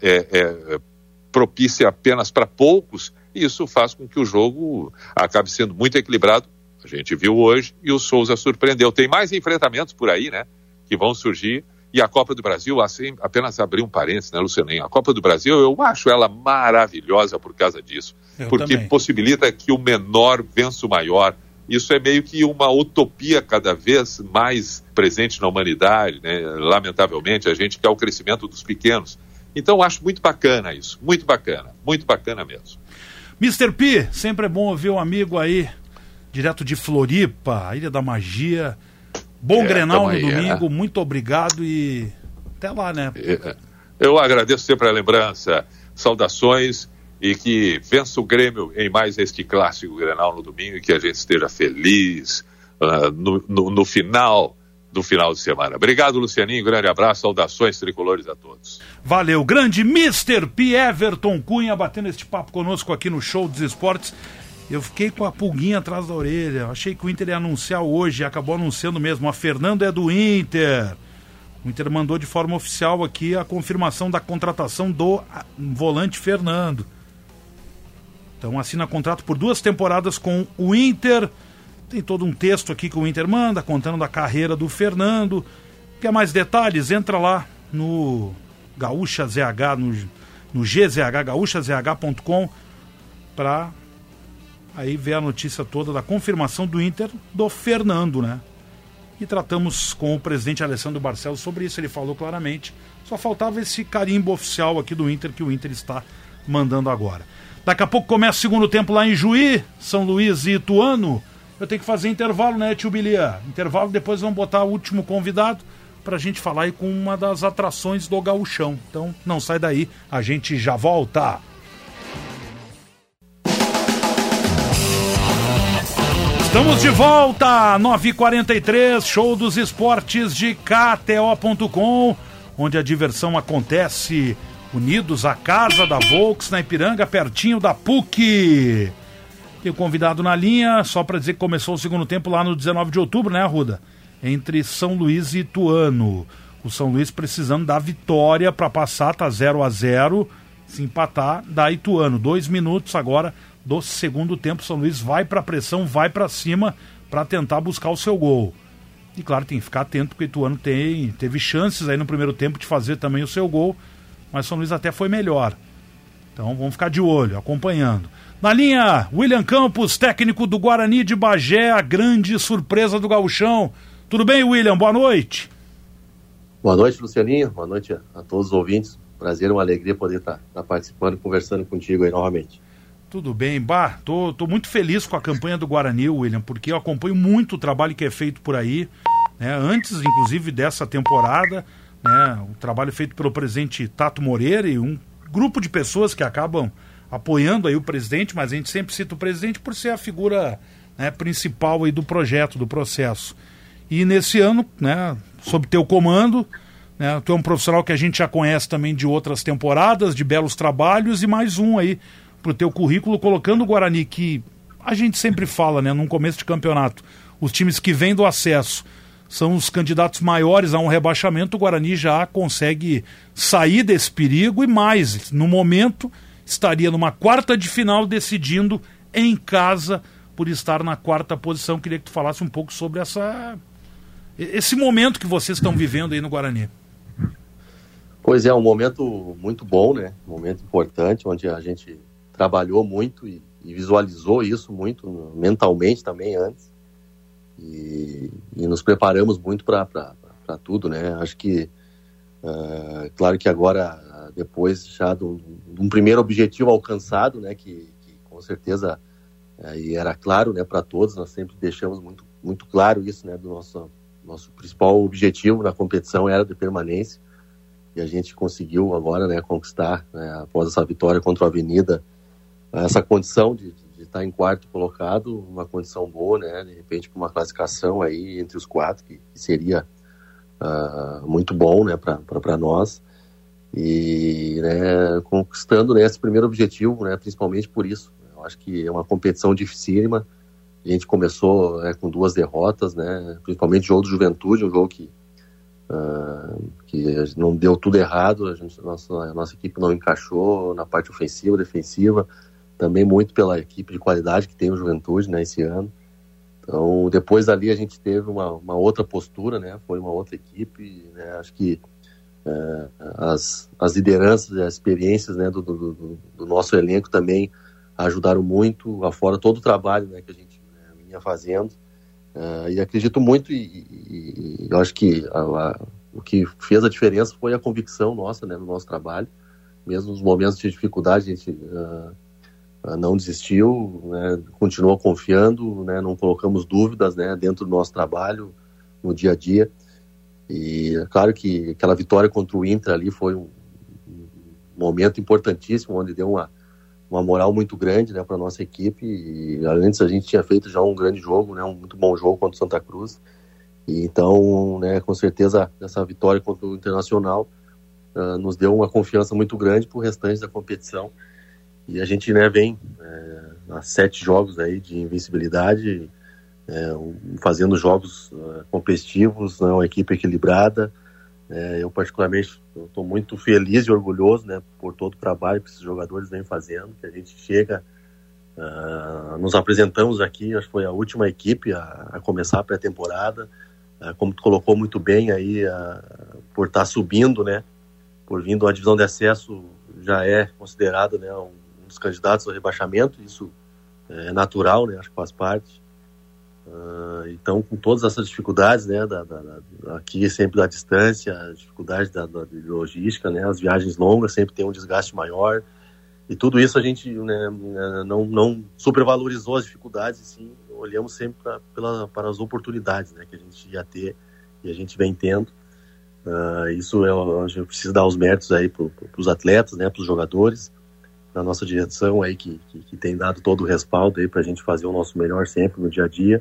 propícia apenas para poucos. E isso faz com que o jogo acabe sendo muito equilibrado. A gente viu hoje e o Souza surpreendeu. Tem mais enfrentamentos por aí, né? Que vão surgir. E a Copa do Brasil, assim, apenas abrir um parênteses, né, Lucianinho? A Copa do Brasil, eu acho ela maravilhosa por causa disso. Porque também possibilita que o menor vença o maior. Isso é meio que uma utopia cada vez mais presente na humanidade, né? Lamentavelmente, a gente quer o crescimento dos pequenos. Então, eu acho muito bacana isso. Muito bacana mesmo. Mr. P, sempre é bom ouvir um amigo aí, direto de Floripa, Ilha da Magia. Bom Grenal no domingo, muito obrigado e até lá, né? Eu agradeço sempre a lembrança, saudações e que vença o Grêmio em mais este clássico Grenal no domingo e que a gente esteja feliz no final do final de semana. Obrigado, Lucianinho, grande abraço, saudações tricolores a todos. Valeu, grande Mr. P. Everton Cunha batendo este papo conosco aqui no Show dos Esportes. Eu fiquei com a pulguinha atrás da orelha. Eu achei que o Inter ia anunciar hoje, acabou anunciando mesmo. A Fernando é do Inter. O Inter mandou de forma oficial aqui a confirmação da contratação do volante Fernando. Então assina contrato por 2 temporadas com o Inter. Tem todo um texto aqui que o Inter manda, contando da carreira do Fernando. Quer mais detalhes? Entra lá no Gaúcha ZH, no GZH, gaúchazh.com, para aí ver a notícia toda da confirmação do Inter do Fernando, né? E tratamos com o presidente Alessandro Barcelos sobre isso, ele falou claramente. Só faltava esse carimbo oficial aqui do Inter, que o Inter está mandando agora. Daqui a pouco começa o segundo tempo lá em Juí, São Luís e Ituano. Eu tenho que fazer intervalo, né, tio Bilia? Intervalo, depois vamos botar o último convidado pra gente falar aí com uma das atrações do Gauchão. Então, não sai daí, a gente já volta. Estamos de volta, 9h43, Show dos Esportes de KTO.com, onde a diversão acontece. Unidos, a casa da Volks, na Ipiranga, pertinho da PUC. Tem o convidado na linha, só para dizer que começou o segundo tempo lá no 19 de outubro, né, Arruda? Entre São Luís e Ituano. O São Luís precisando da vitória para passar, tá 0-0. Se empatar, dá Ituano. 2 minutos agora do segundo tempo. São Luís vai para pressão, vai para cima para tentar buscar o seu gol. E claro, tem que ficar atento porque o Ituano teve chances aí no primeiro tempo de fazer também o seu gol, mas São Luís até foi melhor. Então vamos ficar de olho, acompanhando. Na linha, William Campos, técnico do Guarani de Bagé, a grande surpresa do Gauchão. Tudo bem, William? Boa noite. Boa noite, Lucianinho. Boa noite a todos os ouvintes. Prazer, uma alegria poder estar participando e conversando contigo aí novamente. Tudo bem, tô muito feliz com a campanha do Guarani, William, porque eu acompanho muito o trabalho que é feito por aí, né, antes, inclusive, dessa temporada, né, o trabalho feito pelo presidente Tato Moreira e um grupo de pessoas que acabam apoiando aí o presidente, mas a gente sempre cita o presidente por ser a figura, né, principal aí do projeto, do processo. E nesse ano, né, sob teu comando, né? Tu é um profissional que a gente já conhece também de outras temporadas, de belos trabalhos, e mais um aí pro teu currículo, colocando o Guarani, que a gente sempre fala, né, num começo de campeonato, os times que vêm do acesso são os candidatos maiores a um rebaixamento. O Guarani já consegue sair desse perigo e mais, no momento, estaria numa quarta de final decidindo em casa por estar na quarta posição. Queria que tu falasse um pouco sobre esse momento que vocês estão vivendo aí no Guarani. Pois é, um momento muito bom, né? Um momento importante, onde a gente trabalhou muito e visualizou isso muito mentalmente também antes. E nos preparamos muito para tudo, né? Acho que, claro que agora, depois já de um primeiro objetivo alcançado, né? Que com certeza, e era claro, né, para todos, nós sempre deixamos muito, muito claro isso, né? Do nosso principal objetivo na competição era de permanência. E a gente conseguiu agora, né, conquistar, né, após essa vitória contra o Avenida, essa condição de estar em quarto colocado, uma condição boa, né, de repente com uma classificação aí entre os 4, que seria muito bom, né, para nós, e, né, conquistando, né, esse primeiro objetivo, né, principalmente por isso. Eu acho que é uma competição dificílima. A gente começou, né, com 2 derrotas, né, principalmente o jogo do Juventude, um jogo que não deu tudo errado, a nossa equipe não encaixou na parte ofensiva, defensiva, também muito pela equipe de qualidade que tem o Juventude, né, esse ano. Então, depois dali a gente teve uma outra postura, né, foi uma outra equipe, né, acho que as lideranças, as experiências, né, do nosso elenco também ajudaram muito, afora todo o trabalho, né, que a gente vinha fazendo. E acredito muito e eu acho que o que fez a diferença foi a convicção nossa, né, no nosso trabalho. Mesmo nos momentos de dificuldade, a gente não desistiu, né, continuou confiando, né, não colocamos dúvidas, né, dentro do nosso trabalho, no dia a dia. E é claro que aquela vitória contra o Inter ali foi um momento importantíssimo, onde deu uma moral muito grande, né, para a nossa equipe. E antes a gente tinha feito já um grande jogo, né, um muito bom jogo contra o Santa Cruz. E então, né, com certeza essa vitória contra o Internacional nos deu uma confiança muito grande para o restante da competição. E a gente, né, vem a 7 jogos aí de invencibilidade, fazendo jogos competitivos, né, uma equipe equilibrada. Eu particularmente estou muito feliz e orgulhoso, né, por todo o trabalho que esses jogadores vêm fazendo, que a gente chega, nos apresentamos aqui, acho que foi a última equipe a começar a pré-temporada, como tu colocou muito bem aí, por estar subindo, né, por vindo a divisão de acesso, já é considerado, né, um dos candidatos ao rebaixamento. Isso é natural, né, acho que faz parte. Então, com todas essas dificuldades, né, aqui sempre da distância, a dificuldade da logística, né, as viagens longas sempre tem um desgaste maior, e tudo isso a gente, né, não supervalorizou as dificuldades, e sim olhamos sempre para as oportunidades, né, que a gente ia ter e a gente vem tendo. Isso a gente precisa dar os méritos aí para os atletas, né, para os jogadores, da nossa direção aí que tem dado todo o respaldo aí para a gente fazer o nosso melhor sempre no dia a dia.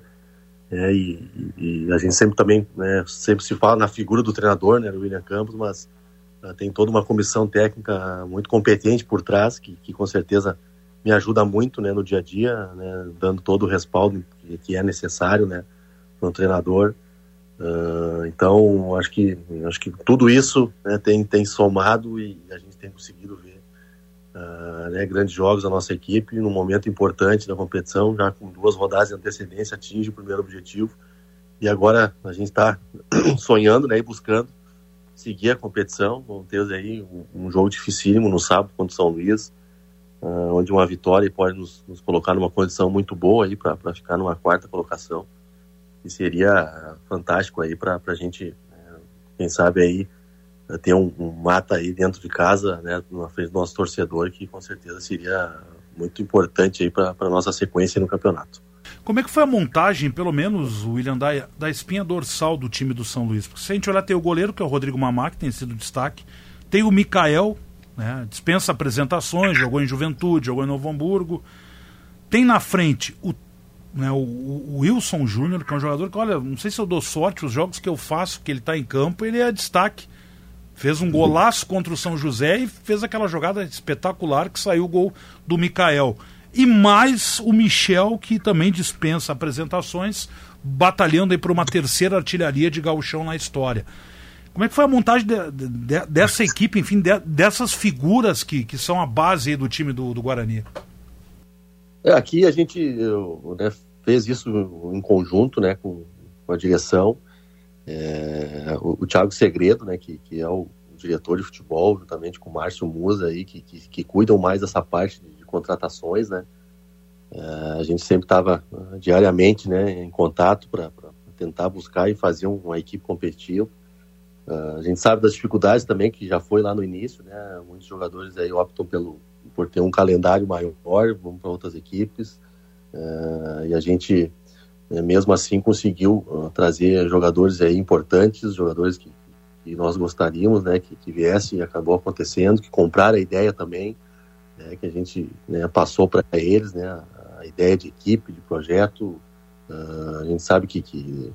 E a gente sempre também, né, sempre se fala na figura do treinador, né, o William Campos, mas tem toda uma comissão técnica muito competente por trás, que com certeza me ajuda muito, né, no dia a dia, né, dando todo o respaldo que é necessário, né, para um treinador. Então acho que tudo isso, né, tem somado e a gente tem conseguido ver né, grandes jogos da nossa equipe num momento importante da competição, já com 2 rodadas de antecedência, atinge o primeiro objetivo, e agora a gente está sonhando, né, e buscando seguir a competição. Vamos ter aí um jogo dificílimo no sábado contra o São Luís, onde uma vitória pode nos colocar numa condição muito boa aí para ficar numa 4ª colocação, e seria fantástico aí para a gente, quem sabe aí ter um mata aí dentro de casa, né, na frente do nosso torcedor, que com certeza seria muito importante aí para a nossa sequência no campeonato. Como é que foi a montagem, pelo menos, William, da espinha dorsal do time do São Luís? Porque se a gente olhar, tem o goleiro, que é o Rodrigo Mamá, que tem sido destaque, tem o Mikael, né, dispensa apresentações, jogou em Juventude, jogou em Novo Hamburgo, tem na frente o né, o Wilson Júnior, que é um jogador que, olha, não sei se eu dou sorte, os jogos que eu faço, que ele está em campo, ele é destaque. Fez um golaço contra o São José e fez aquela jogada espetacular que saiu o gol do Mikael. E mais o Michel, que também dispensa apresentações, batalhando aí por uma terceira artilharia de gauchão na história. Como é que foi a montagem dessa equipe, enfim, dessas figuras que são a base aí do time do Guarani? Aqui a gente fez isso em conjunto, né, com a direção. O Thiago Segredo, né, que é o diretor de futebol, juntamente com o Márcio Musa, aí, que cuidam mais dessa parte de contratações, né. A gente sempre estava diariamente, né, em contato para tentar buscar e fazer uma equipe competitiva. A gente sabe das dificuldades também, que já foi lá no início, né, muitos jogadores aí optam por ter um calendário maior, vão para outras equipes, e a gente, mesmo assim, conseguiu trazer jogadores aí importantes, jogadores que nós gostaríamos, né, que viessem, e acabou acontecendo, que compraram a ideia também, né, que a gente, né, passou para eles, né, a ideia de equipe, de projeto. A gente sabe que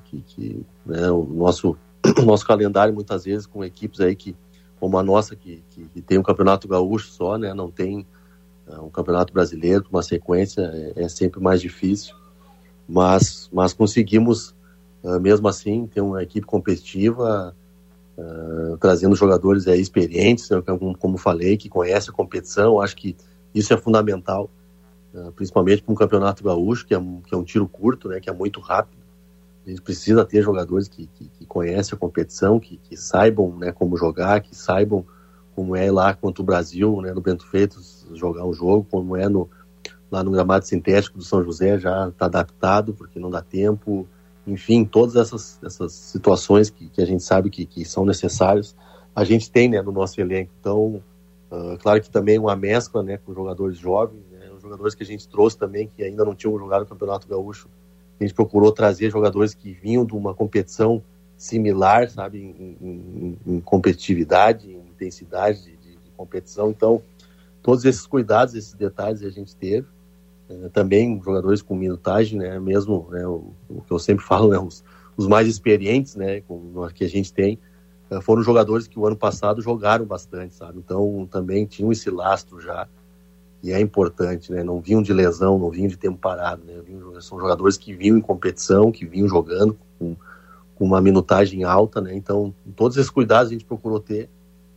né, o nosso calendário, muitas vezes, com equipes aí como a nossa, que tem um campeonato gaúcho só, né, não tem um campeonato brasileiro, uma sequência, é sempre mais difícil, mas conseguimos, mesmo assim, ter uma equipe competitiva, trazendo jogadores aí experientes, né, como falei, que conhecem a competição. Acho que isso é fundamental, principalmente para um campeonato gaúcho, que é um tiro curto, né, que é muito rápido. A gente precisa ter jogadores que conhecem a competição, que saibam, né, como jogar, que saibam como é lá contra o Brasil, né, no Bento Freitas, jogar um jogo, como é lá no gramado sintético do São José, já está adaptado, porque não dá tempo. Enfim, todas essas situações que a gente sabe que são necessárias, a gente tem, né, no nosso elenco. Então, claro que também uma mescla, né, com jogadores jovens, né, os jogadores que a gente trouxe também, que ainda não tinham jogado o Campeonato Gaúcho. A gente procurou trazer jogadores que vinham de uma competição similar, sabe, em competitividade, em intensidade de competição. Então, todos esses cuidados, esses detalhes a gente teve. Também jogadores com minutagem, né, mesmo, né, o que eu sempre falo, né, os mais experientes, né, que a gente tem, foram jogadores que o ano passado jogaram bastante, sabe. Então, também tinham esse lastro já. E é importante, né? Não vinham de lesão, não vinham de tempo parado, né? São jogadores que vinham em competição, que vinham jogando com uma minutagem alta, né? Então, todos esses cuidados a gente procurou ter,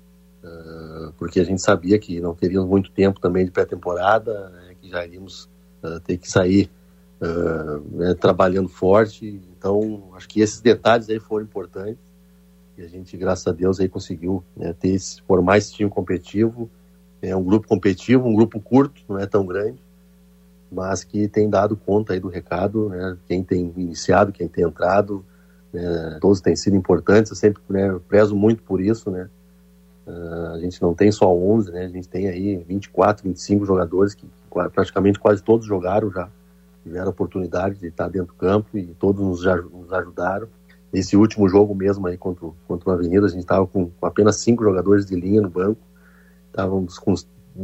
porque a gente sabia que não teríamos muito tempo também de pré-temporada, né? Que já iríamos ter que sair né? Trabalhando forte. Então, acho que esses detalhes aí foram importantes e a gente, graças a Deus, aí conseguiu, né, formar esse time competitivo. É um grupo competitivo, um grupo curto, não é tão grande, mas que tem dado conta aí do recado, né? Quem tem iniciado, quem tem entrado, né? Todos têm sido importantes. Eu sempre, né, prezo muito por isso, né? A gente não tem só 11, né? A gente tem aí 24, 25 jogadores que praticamente quase todos jogaram já, tiveram a oportunidade de estar dentro do campo e todos nos ajudaram. Esse último jogo mesmo aí contra o Avenida, a gente estava com apenas 5 jogadores de linha no banco. Estávamos com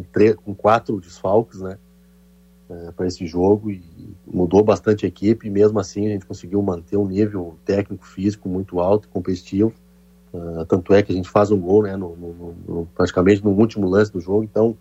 4 desfalques, né, para esse jogo, e mudou bastante a equipe, e mesmo assim a gente conseguiu manter um nível técnico-físico muito alto, competitivo. Tanto é que a gente faz um gol, né, praticamente no último lance do jogo. Então,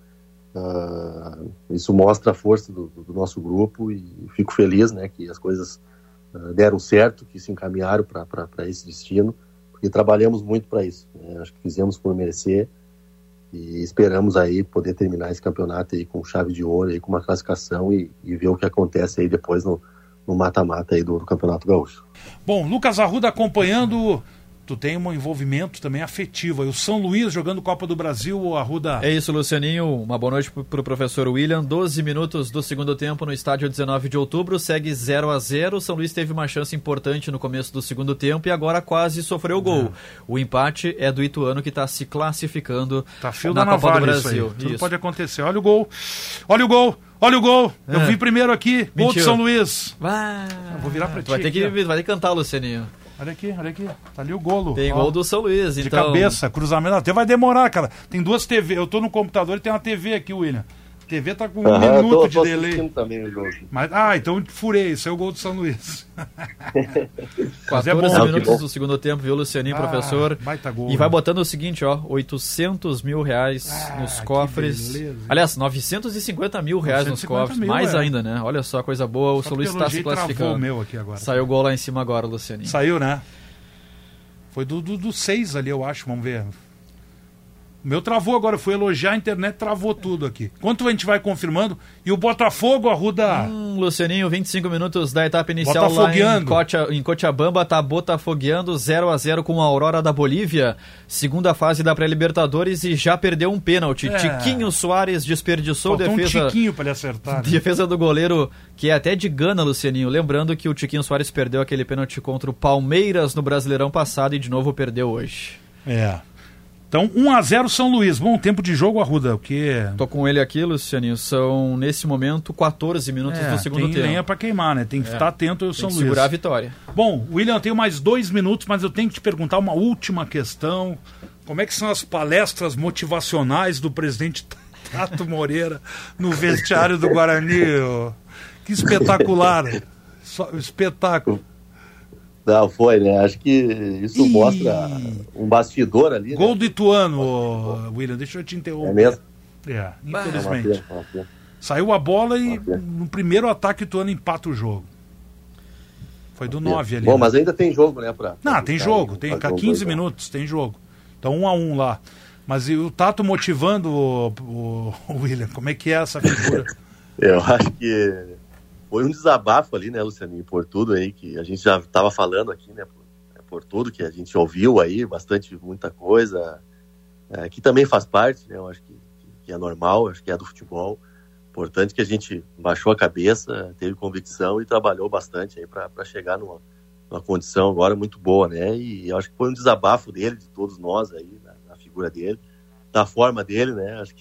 isso mostra a força do nosso grupo, e fico feliz, né, que as coisas deram certo, que se encaminharam para esse destino, porque trabalhamos muito para isso, né? Acho que fizemos por merecer. E esperamos aí poder terminar esse campeonato aí com chave de ouro, aí com uma classificação, e ver o que acontece aí depois no mata-mata aí do Campeonato Gaúcho. Bom, Lucas Arruda acompanhando, tu tem um envolvimento também afetivo aí. O São Luís jogando Copa do Brasil, o Arruda... É isso, Lucianinho. Uma boa noite para o professor William. 12 minutos do segundo tempo no estádio 19 de outubro. Segue 0-0. O São Luís teve uma chance importante no começo do segundo tempo e agora quase sofreu o gol. O empate é do Ituano, que está se classificando na Copa do Brasil. Tudo pode acontecer. Olha o gol. Olha o gol. Olha o gol. Eu vi primeiro aqui. Mentiu. Gol do São Luís. Vou virar para ti. Vai ter que cantar, Lucianinho. Olha aqui, tá ali o golo. Tem gol do São Luís, então. De cabeça, cruzamento, até vai demorar, cara. Tem 2 TV, eu tô no computador e tem uma TV aqui, William. TV tá com um minuto de delay. Também o jogo. Mas, então furei, esse é o gol do São Luís. 14 minutos do segundo tempo, viu, Lucianinho, professor? Baita gol, e vai botando o seguinte, ó, 800 mil reais nos cofres. Aliás, 950 mil reais nos cofres, mais ainda, né? Olha só, coisa boa, o São Luís está se classificando. O meu aqui agora. Saiu o gol lá em cima agora, Lucianinho. Saiu, né? Foi do 6 ali, eu acho, vamos ver. O meu travou agora, eu fui elogiar a internet, travou tudo aqui. Enquanto a gente vai confirmando, e o Botafogo, Arruda? Lucianinho, 25 minutos da etapa inicial lá em Cochabamba, tá botafogueando 0-0 com a Aurora da Bolívia, segunda fase da pré-Libertadores e já perdeu um pênalti. Tiquinho Soares desperdiçou defesa. Um tiquinho pra ele acertar. Né? Defesa do goleiro, que é até de Gana, Lucianinho. Lembrando que o Tiquinho Soares perdeu aquele pênalti contra o Palmeiras no Brasileirão passado e de novo perdeu hoje. Então, 1-0 São Luís. Bom tempo de jogo, Arruda. O que? Tô com ele aqui, Lucianinho. São, nesse momento, 14 minutos do segundo tempo. Tem lenha pra queimar, né? Tem que estar atento ao São Luís. Segurar a vitória. Bom, William, eu tenho mais 2 minutos, mas eu tenho que te perguntar uma última questão. Como é que são as palestras motivacionais do presidente Tato Moreira no vestiário do Guarani? Que espetacular. Espetáculo. Não, foi, né? Acho que isso mostra um bastidor ali. Gol do Ituano, William, deixa eu te interromper. É mesmo? Infelizmente. Saiu a bola e no primeiro ataque o Ituano empata o jogo. Foi do 9 ali. Bom, mas ainda tem jogo, né? Tem jogo, tem 15 minutos, tem jogo. Então 1-1 lá. Mas e o Tato motivando o William, como é que é essa figura? Eu acho que foi um desabafo ali, né, Lucianinho, por tudo aí que a gente já estava falando aqui, né, por tudo que a gente ouviu aí, muita coisa, que também faz parte, né, eu acho que é normal, acho que é do futebol. Importante que a gente baixou a cabeça, teve convicção e trabalhou bastante aí para chegar numa condição agora muito boa, né, e eu acho que foi um desabafo dele, de todos nós aí, na figura dele, da forma dele, né, acho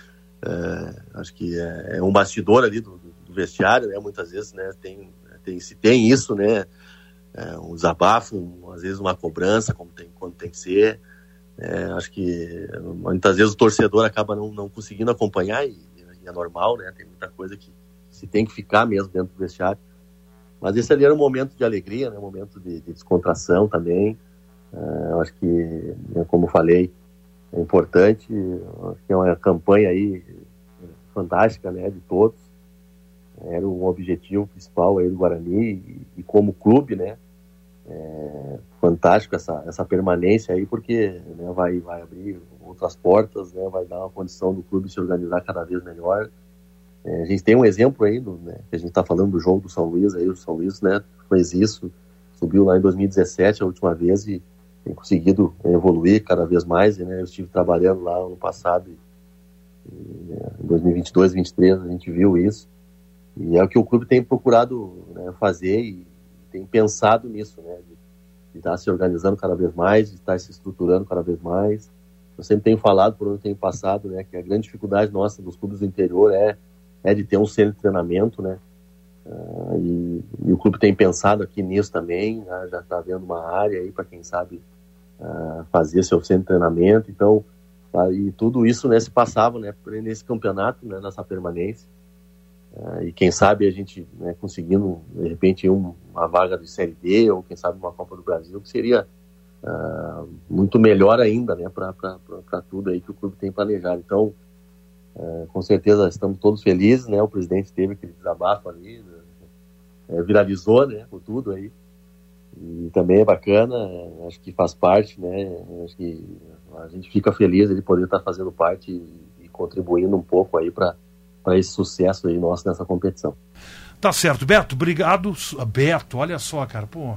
que é um bastidor ali do vestiário, né? Muitas vezes, né, tem isso, né, um desabafo, às vezes uma cobrança, quando tem que ser. Acho que muitas vezes o torcedor acaba não conseguindo acompanhar e é normal, né, tem muita coisa que se tem que ficar mesmo dentro do vestiário. Mas esse ali era um momento de alegria, né, um momento de descontração também. Acho que, como falei, é importante, acho que é uma campanha aí fantástica, né, de todos. Era um objetivo principal aí do Guarani e como clube, né, fantástico essa permanência aí, porque, né, vai abrir outras portas, né, vai dar uma condição do clube se organizar cada vez melhor. A gente tem um exemplo aí, né, que a gente está falando do jogo do São Luís, aí o São Luís, né, fez isso, subiu lá em 2017 a última vez e tem conseguido evoluir cada vez mais, né, eu estive trabalhando lá ano passado em 2022, 2023 a gente viu isso. E é o que o clube tem procurado, né, fazer e tem pensado nisso, né, de estar se organizando cada vez mais, de estar se estruturando cada vez mais. Eu sempre tenho falado, por onde eu tenho passado, né, que a grande dificuldade nossa dos clubes do interior é de ter um centro de treinamento, né, e o clube tem pensado aqui nisso também, né, já está vendo uma área aí para quem sabe fazer seu centro de treinamento. Então, e tudo isso, né, se passava, né, nesse campeonato, né, nessa permanência. E quem sabe a gente, né, conseguindo de repente uma vaga de Série D ou quem sabe uma Copa do Brasil, que seria muito melhor ainda, né, para tudo aí que o clube tem planejado. Então, com certeza estamos todos felizes, né, o presidente teve aquele desabafo ali, viralizou, né, por tudo aí, e também é bacana, acho que faz parte, né, acho que a gente fica feliz de poder estar fazendo parte e contribuindo um pouco aí para esse sucesso aí nosso nessa competição. Tá certo, Beto, obrigado. Beto, olha só, cara, pô.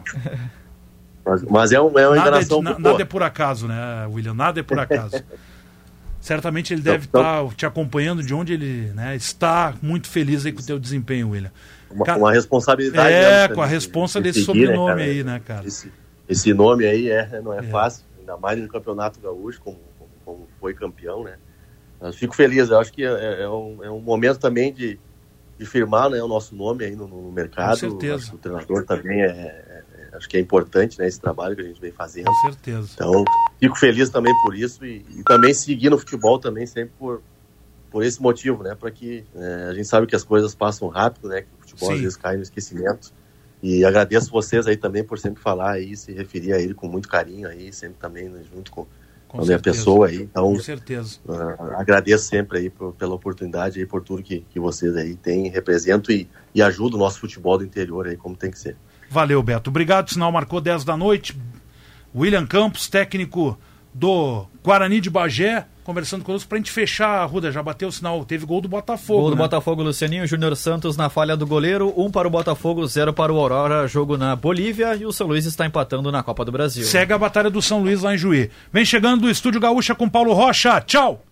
Mas é uma enganação. Nada é por acaso, né, William? Nada é por acaso. Certamente ele deve estar te acompanhando de onde ele, né, está muito feliz aí com o teu desempenho, William. Uma responsabilidade. Com a responsa desse sobrenome, né, aí, né, cara? Esse nome aí não é fácil, ainda mais no Campeonato Gaúcho, como foi campeão, né? Eu fico feliz, eu acho que é um momento também de firmar, né, o nosso nome aí no mercado. Com certeza. Acho que o treinador também acho que é importante, né, esse trabalho que a gente vem fazendo. Com certeza. Então, fico feliz também por isso e também seguir no futebol também sempre por por esse motivo, né? Para que a gente sabe que as coisas passam rápido, né? Que o futebol Sim. às vezes cai no esquecimento. E agradeço vocês aí também por sempre falar aí, se referir a ele com muito carinho aí, sempre também, né, junto com a minha pessoa aí. Então, com certeza. Agradeço sempre aí pela oportunidade aí, por tudo que vocês aí têm, representam e ajudam o nosso futebol do interior aí, como tem que ser. Valeu, Beto. Obrigado. O sinal marcou 10 da noite. William Campos, técnico do Guarani de Bagé, conversando conosco pra gente fechar. Ruda, já bateu o sinal, teve gol do Botafogo. Gol do né? Botafogo, Lucianinho, Júnior Santos na falha do goleiro, 1 para o Botafogo, 0 para o Aurora, jogo na Bolívia, e o São Luís está empatando na Copa do Brasil. Segue a batalha do São Luís lá em Juí. Vem chegando do Estúdio Gaúcha com Paulo Rocha. Tchau!